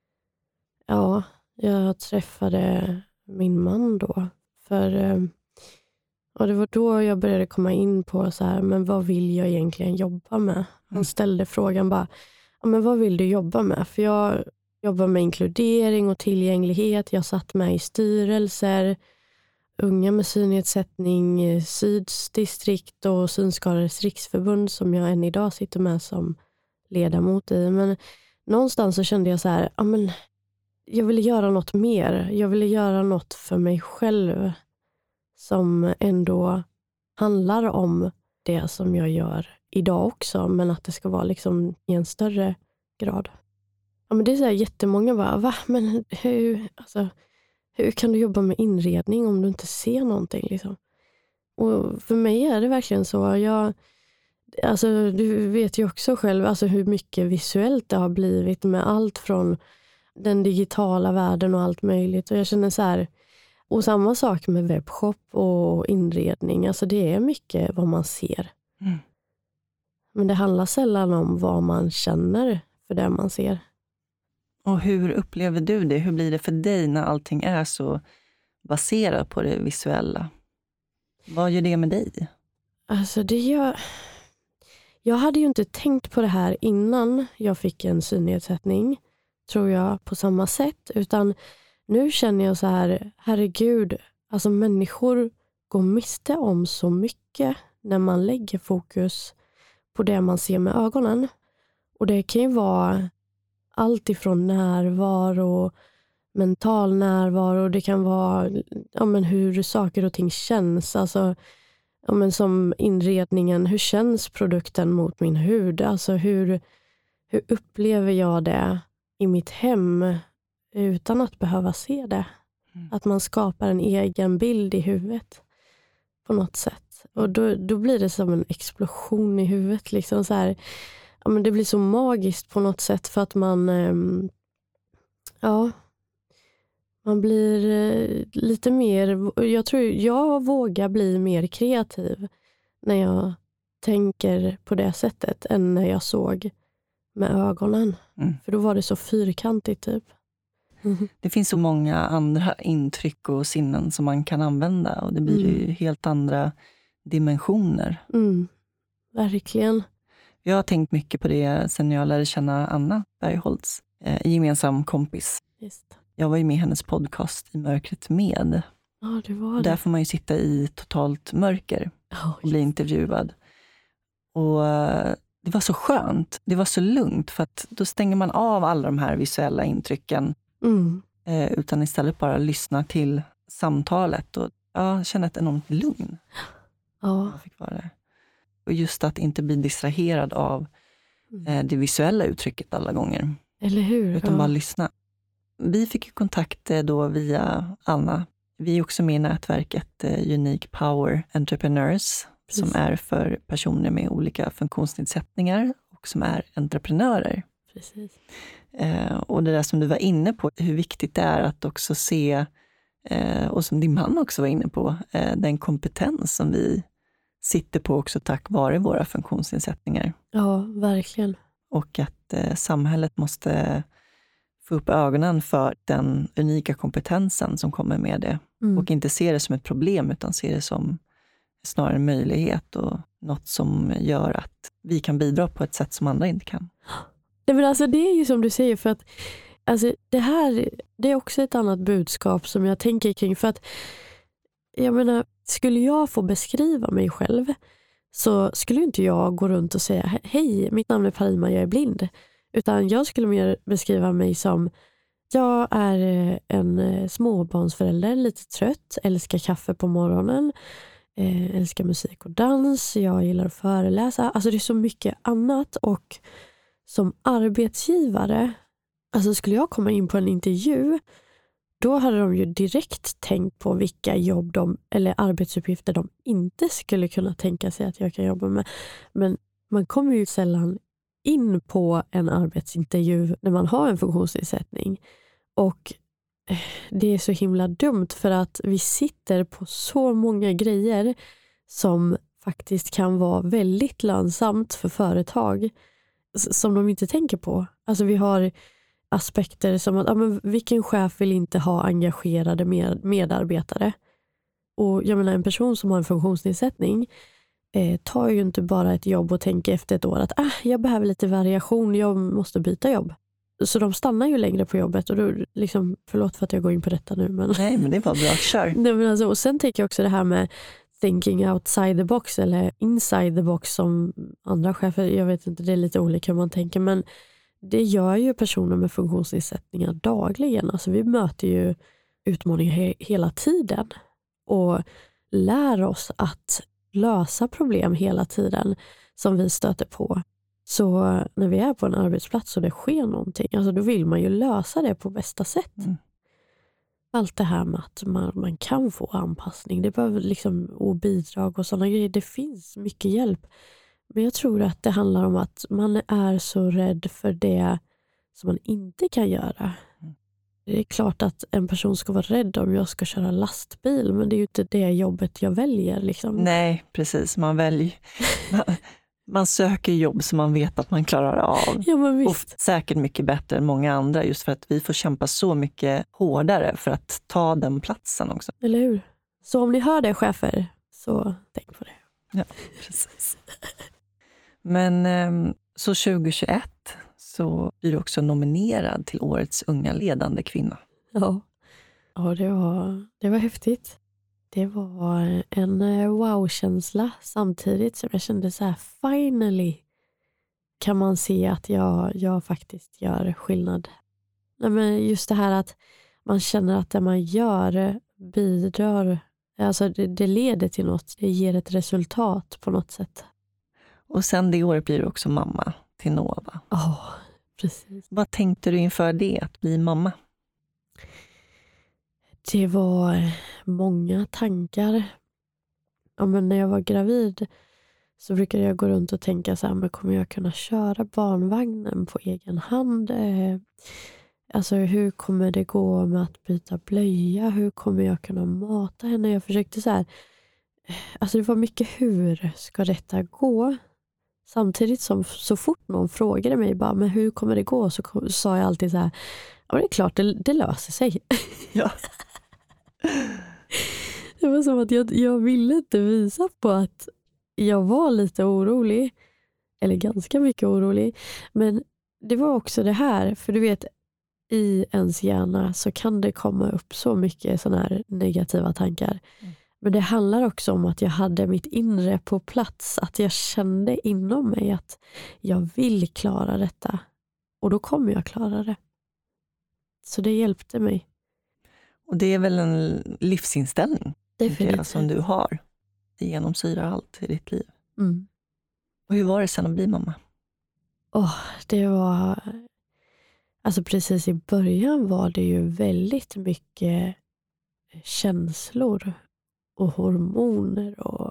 jag träffade min man då. För det var då jag började komma in på så här, men vad vill jag egentligen jobba med? Han ställde frågan bara, men vad vill du jobba med? För jag jobbar med inkludering och tillgänglighet. Jag satt med i styrelser, unga med synnedsättning, Syds distrikt och Synskadades riksförbund som jag än idag sitter med som ledamot i. Men någonstans så kände jag så här, jag ville göra något mer. Jag ville göra något för mig själv som ändå handlar om det som jag gör idag också, men att det ska vara liksom i en större grad. Ja, men det är så här, jättemånga bara, va? Men hur kan du jobba med inredning om du inte ser någonting liksom? Och för mig är det verkligen så. Du vet ju också själv hur mycket visuellt det har blivit med allt från den digitala världen och allt möjligt. Och jag känner så här, och samma sak med webbshop och inredning. Alltså det är mycket vad man ser. Mm. Men det handlar sällan om vad man känner för det man ser. Och hur upplever du det? Hur blir det för dig när allting är så baserat på det visuella? Vad gör det med dig? Alltså jag hade ju inte tänkt på det här innan jag fick en synnedsättning, tror jag, på samma sätt. Utan nu känner jag så här, herregud, alltså människor går miste om så mycket när man lägger fokus på det man ser med ögonen. Och det kan ju vara allt ifrån närvaro, mental närvaro, det kan vara hur saker och ting känns. Alltså, som inredningen, hur känns produkten mot min hud? Alltså hur upplever jag det i mitt hem utan att behöva se det? Att man skapar en egen bild i huvudet på något sätt. Och då blir det som en explosion i huvudet. Liksom så här, det blir så magiskt på något sätt för att man blir lite mer, jag tror jag vågar bli mer kreativ när jag tänker på det sättet än när jag såg med ögonen. För då var det så fyrkantigt typ. Det finns så många andra intryck och sinnen som man kan använda och det blir ju helt andra dimensioner. Verkligen. Jag har tänkt mycket på det sen jag lärde känna Anna Bergholtz, gemensam kompis. Just. Jag var ju med i hennes podcast I mörkret med. Ja, det var det. Där får man ju sitta i totalt mörker och bli intervjuad. Och det var så skönt, det var så lugnt för att då stänger man av alla de här visuella intrycken utan istället bara lyssna till samtalet och känna ett enormt lugn. Ja. Jag fick vara där. Och just att inte bli distraherad av det visuella uttrycket alla gånger. Eller hur? Utan bara lyssna. Vi fick ju kontakt då via Anna. Vi är också med i nätverket Unique Power Entrepreneurs. Precis. Som är för personer med olika funktionsnedsättningar och som är entreprenörer. Precis. Och det där som du var inne på, hur viktigt det är att också se, och som din man också var inne på, den kompetens som vi sitter på också tack vare våra funktionsnedsättningar. Ja, verkligen. Och att samhället måste få upp ögonen för den unika kompetensen som kommer med det. Och inte se det som ett problem utan se det som snarare en möjlighet och något som gör att vi kan bidra på ett sätt som andra inte kan. Men alltså, det är ju som du säger, för att alltså, det är också ett annat budskap som jag tänker kring. För att jag menar, skulle jag få beskriva mig själv så skulle inte jag gå runt och säga hej, mitt namn är Parima, jag är blind. Utan jag skulle mer beskriva mig som jag är en småbarnsförälder, lite trött, älskar kaffe på morgonen, älskar musik och dans, jag gillar att föreläsa. Alltså det är så mycket annat. Och som arbetsgivare, alltså skulle jag komma in på en intervju, då hade de ju direkt tänkt på vilka jobb eller arbetsuppgifter de inte skulle kunna tänka sig att jag kan jobba med. Men man kommer ju sällan in på en arbetsintervju när man har en funktionsnedsättning. Och det är så himla dumt för att vi sitter på så många grejer som faktiskt kan vara väldigt lönsamt för företag som de inte tänker på. Alltså vi har aspekter som att vilken chef vill inte ha engagerade medarbetare? Och jag menar, en person som har en funktionsnedsättning tar ju inte bara ett jobb och tänker efter ett år att jag behöver lite variation, jag måste byta jobb. Så de stannar ju längre på jobbet och då liksom, förlåt för att jag går in på detta nu. Men nej, men det var bra, kör. Nej, men alltså, och sen tänker jag också det här med thinking outside the box eller inside the box som andra chefer, jag vet inte, det är lite olika hur man tänker, men det gör ju personer med funktionsnedsättningar dagligen. Alltså vi möter ju utmaningar hela tiden och lär oss att lösa problem hela tiden som vi stöter på. Så när vi är på en arbetsplats och det sker någonting, alltså då vill man ju lösa det på bästa sätt. Allt det här med att man kan få anpassning, det behöver liksom, och bidrag och sådana grejer, det finns mycket hjälp. Men jag tror att det handlar om att man är så rädd för det som man inte kan göra. Det är klart att en person ska vara rädd om jag ska köra lastbil, men det är ju inte det jobbet jag väljer. Liksom. Nej, precis. Man väljer. Man söker jobb som man vet att man klarar av. Ja, men Och visst. säkert mycket bättre än många andra, just för att vi får kämpa så mycket hårdare för att ta den platsen också. Eller hur? Så om ni hör det, chefer, så tänk på det. Ja, precis. Men så 2021 så blir du också nominerad till årets unga ledande kvinna. Ja, det var häftigt. Det var en wow-känsla samtidigt som jag kände så här, finally kan man se att jag faktiskt gör skillnad. Nej, men just det här att man känner att det man gör bidrar, alltså det leder till något, det ger ett resultat på något sätt. Och sen det året blir du också mamma till Nova. Ja, precis. Vad tänkte du inför det, att bli mamma? Det var många tankar. Ja, men när jag var gravid så brukade jag gå runt och tänka så här, men kommer jag kunna köra barnvagnen på egen hand? Alltså hur kommer det gå med att byta blöja? Hur kommer jag kunna mata henne? Jag försökte så här, alltså det var mycket hur ska detta gå? Samtidigt som så fort någon frågade mig bara, men hur kommer det gå? Så sa jag alltid så här, ja det är klart det löser sig. Ja. Det var som att jag ville inte visa på att jag var lite orolig. Eller ganska mycket orolig. Men det var också det här. För du vet, i ens hjärna så kan det komma upp så mycket såna här negativa tankar. Men det handlar också om att jag hade mitt inre på plats. Att jag kände inom mig att jag vill klara detta. Och då kommer jag klara det. Så det hjälpte mig. Och det är väl en livsinställning som du har. Det genomsyrar allt i ditt liv. Mm. Och hur var det sen att bli mamma? Det var... Alltså precis i början var det ju väldigt mycket känslor och hormoner och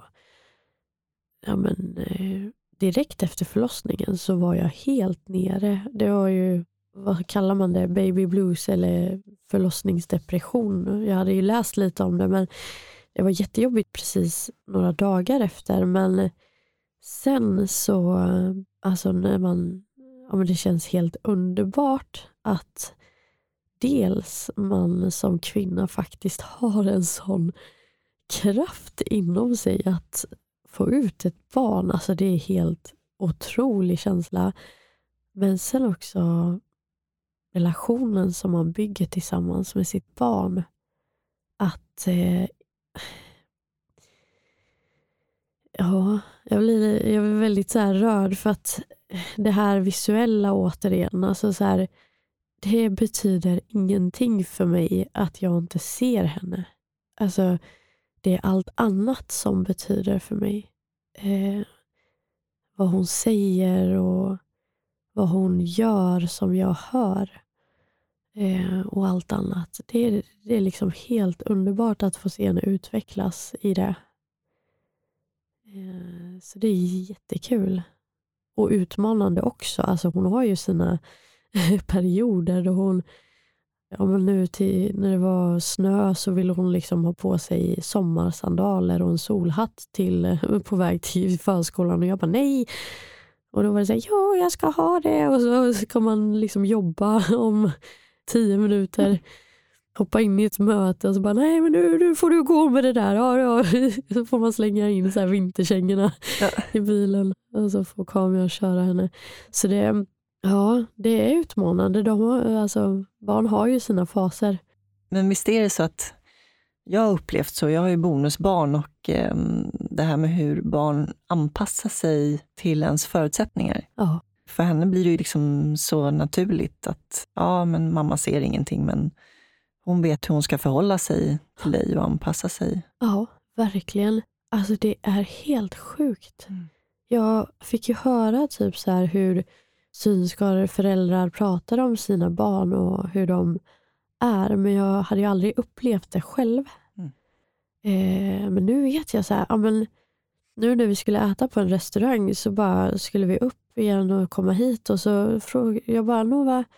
direkt efter förlossningen så var jag helt nere. Det var ju, vad kallar man det, baby blues eller förlossningsdepression. Jag hade ju läst lite om det, men det var jättejobbigt precis några dagar efter. Men sen så, alltså när man, det känns helt underbart att dels man som kvinna faktiskt har en sån kraft inom sig att få ut ett barn. Alltså det är helt otrolig känsla. Men sen också relationen som man bygger tillsammans med sitt barn. Att jag blir väldigt så här rörd för att det här visuella återigen, alltså så här, det betyder ingenting för mig att jag inte ser henne. Alltså det är allt annat som betyder för mig. Vad hon säger och vad hon gör som jag hör. Och allt annat. Det är liksom helt underbart att få se henne utvecklas i det. Så det är jättekul. Och utmanande också. Alltså hon har ju sina perioder då hon, nu när det var snö så ville hon liksom ha på sig sommarsandaler och en solhatt på väg till förskolan och jag bara nej. Och då var det så här, ja jag ska ha det. Och så ska man liksom jobba om 10 minuter. Hoppa in i ett möte och så bara, nej men nu får du gå med det där. Ja. Så får man slänga in så här vinterkängorna i bilen. Och så får kameran köra henne. Så det är utmanande. Barn har ju sina faser. Men visst är det så att jag har upplevt så, jag har ju bonusbarn och det här med hur barn anpassar sig till ens förutsättningar. Ja. För henne blir det ju liksom så naturligt att men mamma ser ingenting, men hon vet hur hon ska förhålla sig till dig och anpassa sig. Ja, verkligen. Alltså det är helt sjukt. Mm. Jag fick ju höra typ så här hur synskadade föräldrar pratar om sina barn och hur de är. Men jag hade ju aldrig upplevt det själv. Mm. Men nu vet jag så här, nu när vi skulle äta på en restaurang så bara skulle vi upp igen och komma hit och så frågade jag bara, Nova,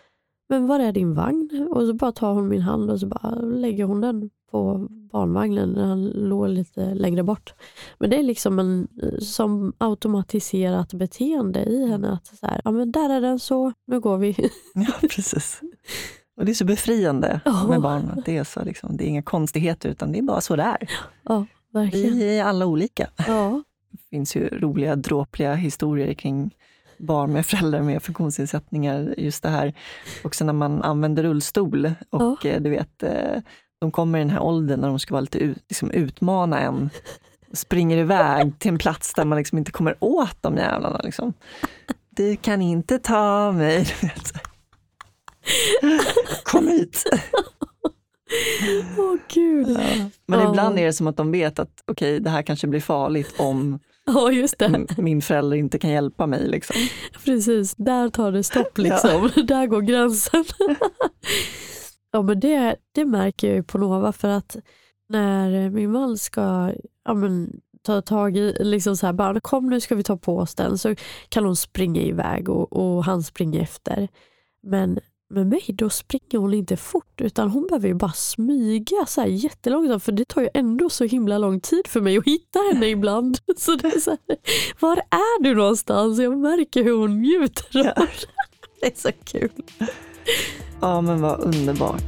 men var är din vagn? Och så bara tar hon min hand och så bara lägger hon den på barnvagnen när han låg lite längre bort. Men det är liksom en som automatiserat beteende i henne att så här, ja men där är den så, nu går vi. Ja, precis. Och det är så befriande med barn. Att det är så liksom, det är inga konstigheter utan det är bara så det är. Ja, verkligen. Vi är alla olika. Ja. Det finns ju roliga, dråpliga historier kring barn med föräldrar med funktionsnedsättningar. Just det här också när man använder rullstol och du vet, de kommer i den här åldern när de ska vara lite liksom utmana en. Springer iväg till en plats där man liksom inte kommer åt de jävlarna. Liksom. Du kan inte ta mig. Kom hit. Åh gud. Ja. Men ibland är det som att de vet att okej, det här kanske blir farligt om just det. min förälder inte kan hjälpa mig. Liksom. Precis, där tar det stopp liksom. Ja. Där går gränsen. Ja, men det märker jag ju på Nova för att när min man ska ta tag i liksom så här, bara kom nu ska vi ta på oss den, så kan hon springa iväg och han springer efter. Men med mig då springer hon inte fort utan hon behöver ju bara smyga så här jättelångsamt för det tar ju ändå så himla lång tid för mig att hitta henne ibland. Så det är så här, var är du någonstans? Jag märker hur hon njuter. Ja. Det är så kul. Ja, men vad underbart.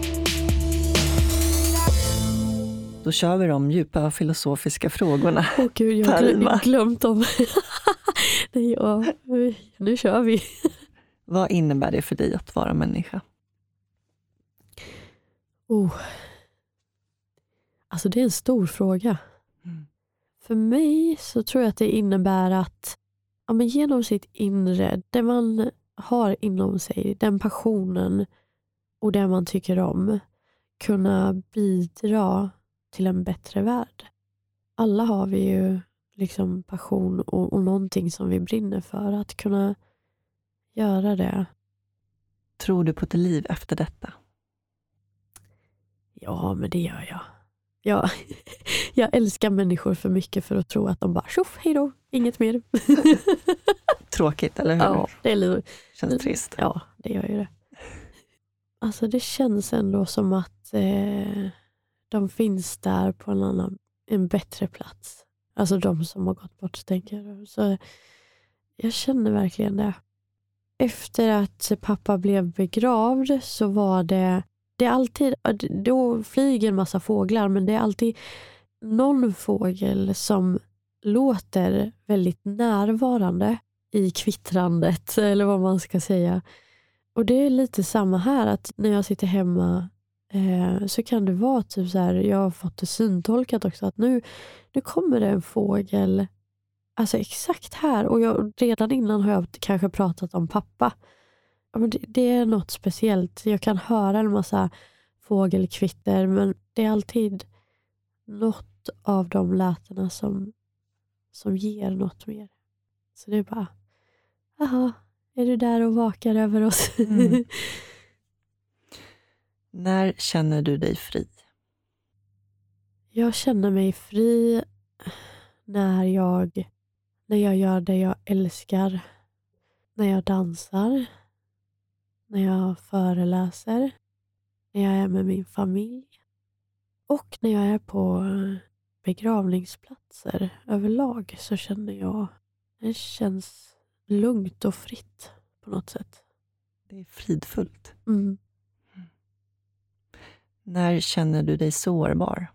Då kör vi de djupa filosofiska frågorna. Åh gud, jag har glömt dem. Nej, nu kör vi. Vad innebär det för dig att vara människa? Alltså det är en stor fråga. För mig så tror jag att det innebär att genom sitt inre, det man har inom sig, den passionen och det man tycker om, kunna bidra till en bättre värld. Alla har vi ju liksom passion och någonting som vi brinner för, att kunna göra det. Tror du på ett liv efter detta? Ja, men det gör jag. Jag älskar människor för mycket för att tro att de bara tjoff, hej då, inget mer. Tråkigt, eller hur? Ja, det är känns trist. Ja, det gör ju det. Alltså det känns ändå som att de finns där på en bättre plats. Alltså de som har gått bort, tänker jag. Så jag känner verkligen det. Efter att pappa blev begravd så var det är alltid, då flyger en massa fåglar, men det är alltid någon fågel som låter väldigt närvarande i kvittrandet, eller vad man ska säga. Och det är lite samma här, att när jag sitter hemma så kan det vara typ så här, jag har fått det syntolkat också, att nu kommer det en fågel, alltså exakt här, och jag redan innan har jag kanske pratat om pappa. Men det är något speciellt. Jag kan höra en massa fågelkvitter, men det är alltid något av de lätena som ger något mer. Så det är bara, jaha, är du där och vakar över oss? När känner du dig fri? Jag känner mig fri när jag gör det jag älskar. När jag dansar. När jag föreläser. När jag är med min familj. Och när jag är på begravningsplatser överlag så känner jag, det känns lugnt och fritt på något sätt. Det är fridfullt. Mm. När känner du dig sårbar?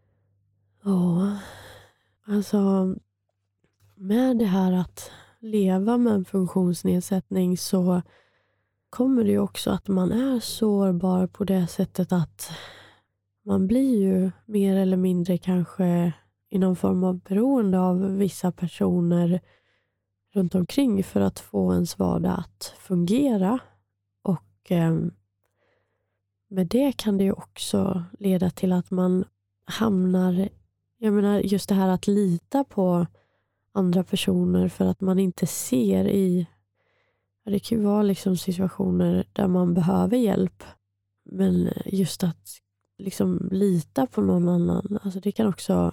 Alltså med det här att leva med en funktionsnedsättning så kommer det ju också att man är sårbar på det sättet att man blir ju mer eller mindre kanske i någon form av beroende av vissa personer runt omkring för att få ens vardag att fungera. Och med det kan det ju också leda till att man hamnar, jag menar just det här att lita på andra personer för att man inte ser i, det kan ju vara liksom situationer där man behöver hjälp, men just att liksom lita på någon annan, alltså det kan också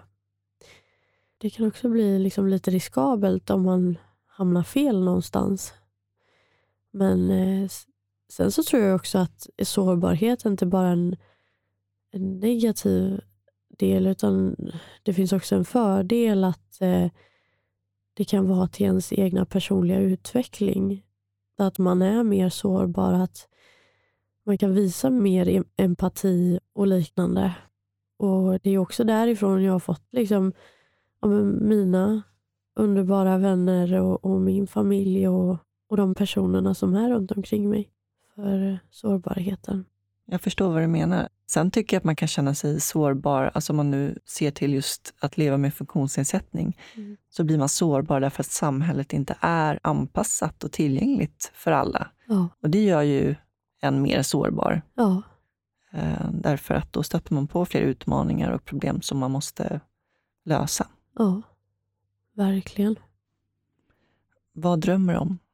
bli liksom lite riskabelt om man hamnar fel någonstans. Men Sen så tror jag också att sårbarhet är inte bara en negativ del, utan det finns också en fördel att det kan vara till ens egna personliga utveckling. Att man är mer sårbar, att man kan visa mer empati och liknande. Och det är också därifrån jag har fått liksom, mina underbara vänner och min familj och de personerna som är runt omkring mig för sårbarheten. Jag förstår vad du menar. Sen tycker jag att man kan känna sig sårbar, alltså om man nu ser till just att leva med funktionsnedsättning, så blir man sårbar därför att samhället inte är anpassat och tillgängligt för alla. Ja. Och det gör ju en mer sårbar. Ja. Därför att då stöter man på fler utmaningar och problem som man måste lösa. Ja, verkligen. Vad drömmer du om?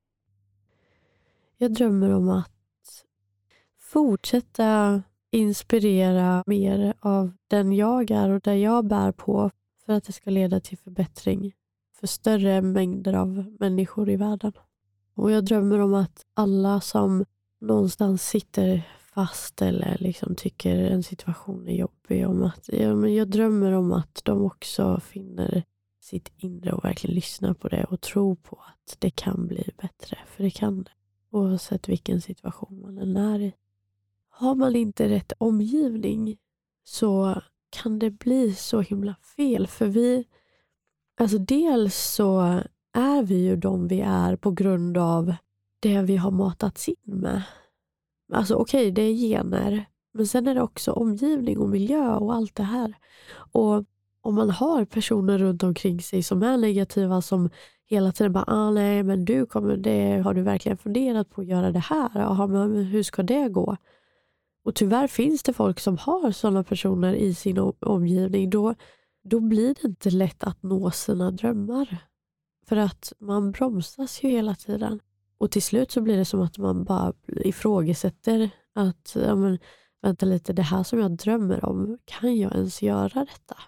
Jag drömmer om att fortsätta inspirera mer av den jag är och där jag bär på, för att det ska leda till förbättring för större mängder av människor i världen. Och jag drömmer om att alla som någonstans sitter fast eller liksom tycker en situation är jobbig, om att, jag drömmer om att de också finner sitt inre och verkligen lyssnar på det och tror på att det kan bli bättre, för det kan det. Oavsett vilken situation man är i. Har man inte rätt omgivning så kan det bli så himla fel. För dels så är vi ju de vi är på grund av det vi har matats in med. Alltså okej, det är gener. Men sen är det också omgivning och miljö och allt det här. Och om man har personer runt omkring sig som är negativa, som hela tiden bara, nej men har du verkligen funderat på att göra det här? Jaha, men hur ska det gå? Och tyvärr finns det folk som har sådana personer i sin omgivning. Då blir det inte lätt att nå sina drömmar. För att man bromsas ju hela tiden. Och till slut så blir det som att man bara ifrågasätter att, vänta lite, det här som jag drömmer om, kan jag ens göra detta?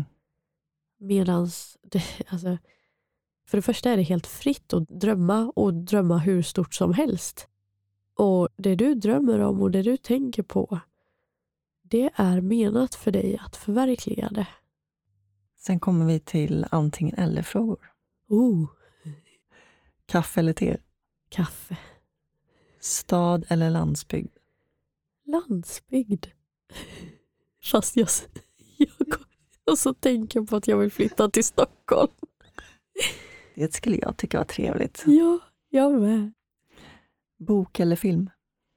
Medans för det första är det helt fritt att drömma hur stort som helst. Och det du drömmer om och det du tänker på, det är menat för dig att förverkliga det. Sen kommer vi till antingen eller-frågor. Kaffe eller te? Kaffe. Stad eller landsbygd? Landsbygd. Fast jag och så tänker på att jag vill flytta till Stockholm. Det skulle jag tycka var trevligt. Ja, jag med. Bok eller film?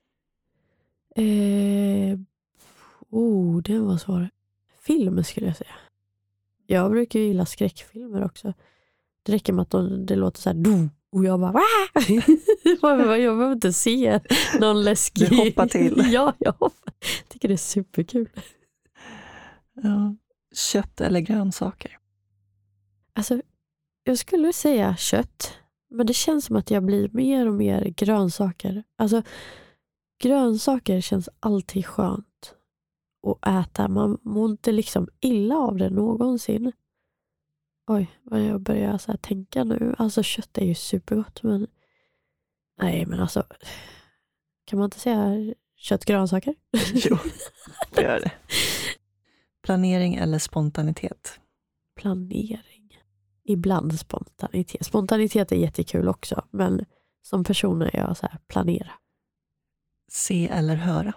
Den var svår. Film skulle jag säga. Jag brukar ju gilla skräckfilmer också. Det räcker med att det låter så här och jag bara jag behöver inte se någon läskig. Du hoppar till. Ja, jag tycker det är superkul. Ja. Kött eller grönsaker? Alltså, jag skulle säga kött. Men det känns som att jag blir mer och mer grönsaker. Alltså, grönsaker känns alltid skönt att äta. Man mår inte liksom illa av det någonsin. Oj, vad jag börjar så här tänka nu. Alltså kött är ju supergott, men nej, men alltså kan man inte säga köttgrönsaker? Jo, det gör det. Planering eller spontanitet? Planering. Ibland spontanitet. Spontanitet är jättekul också, men som person är jag så här, planera. Se eller höra?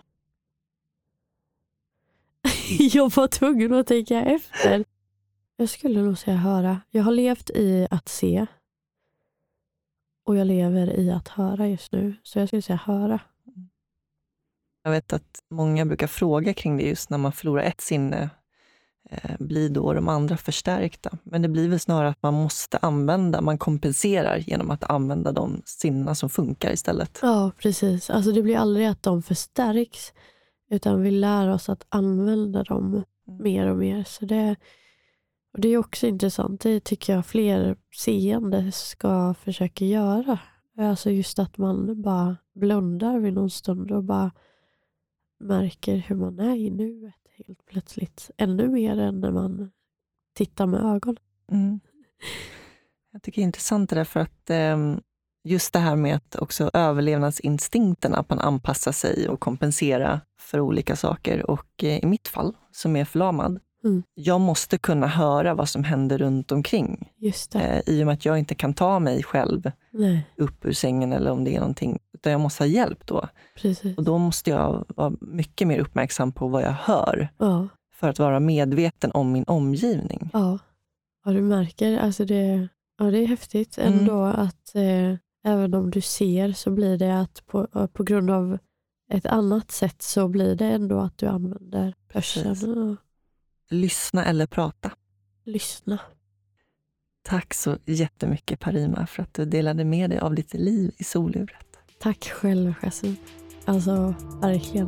Jag var tvungen att tänka efter. Jag skulle nog säga höra. Jag har levt i att se. Och jag lever i att höra just nu. Så jag skulle säga höra. Jag vet att många brukar fråga kring det just när man förlorar ett sinne. Blir då de andra förstärkta? Men det blir väl snarare att man kompenserar genom att använda de sinnen som funkar istället. Ja, precis. Alltså det blir aldrig att de förstärks. Utan vi lär oss att använda dem mer och mer. Så det är också intressant. Det tycker jag fler seende ska försöka göra. Alltså just att man bara blundar vid någon stund och bara märker hur man är i nuet helt plötsligt. Ännu mer än när man tittar med ögon. Jag tycker det är intressant det där, för att Just det här med att också överlevnadsinstinkterna, att man anpassar sig och kompensera för olika saker. Och i mitt fall, som är förlamad, jag måste kunna höra vad som händer runt omkring. Just det. I och med att jag inte kan ta mig själv upp ur sängen eller om det är någonting. Utan jag måste ha hjälp då. Precis. Och då måste jag vara mycket mer uppmärksam på vad jag hör. Ja. För att vara medveten om min omgivning. Ja, du märker. Alltså det är häftigt ändå att även om du ser så blir det att på grund av ett annat sätt så blir det ändå att du använder hörseln. Lyssna eller prata. Lyssna. Tack så jättemycket Parima för att du delade med dig av ditt liv i soluret. Tack själv, Jasmin. Alltså, verkligen.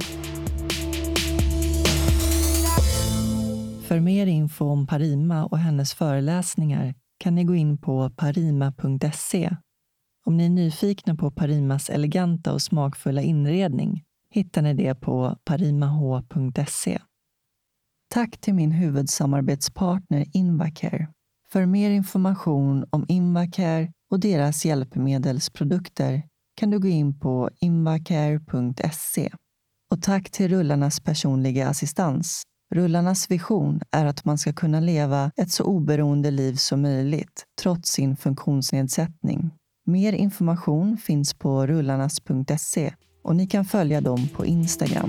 För mer info om Parima och hennes föreläsningar kan ni gå in på parima.se. Om ni är nyfikna på Parimas eleganta och smakfulla inredning hittar ni det på parimah.se. Tack till min huvudsamarbetspartner Invacare. För mer information om Invacare och deras hjälpmedelsprodukter kan du gå in på invacare.se. Och tack till Rullarnas personliga assistans. Rullarnas vision är att man ska kunna leva ett så oberoende liv som möjligt trots sin funktionsnedsättning. Mer information finns på rullarnas.se och ni kan följa dem på Instagram.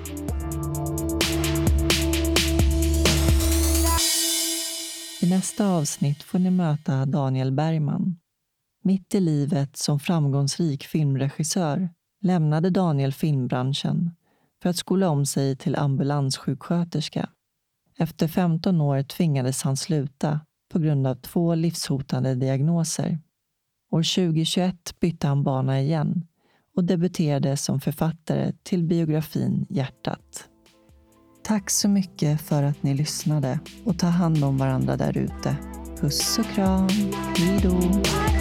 I nästa avsnitt får ni möta Daniel Bergman. Mitt i livet som framgångsrik filmregissör lämnade Daniel filmbranschen för att skola om sig till ambulanssjuksköterska. Efter 15 år tvingades han sluta på grund av 2 livshotande diagnoser. År 2021 bytte han bana igen och debuterade som författare till biografin Hjärtat. Tack så mycket för att ni lyssnade och ta hand om varandra där ute. Puss och kram. Hej då!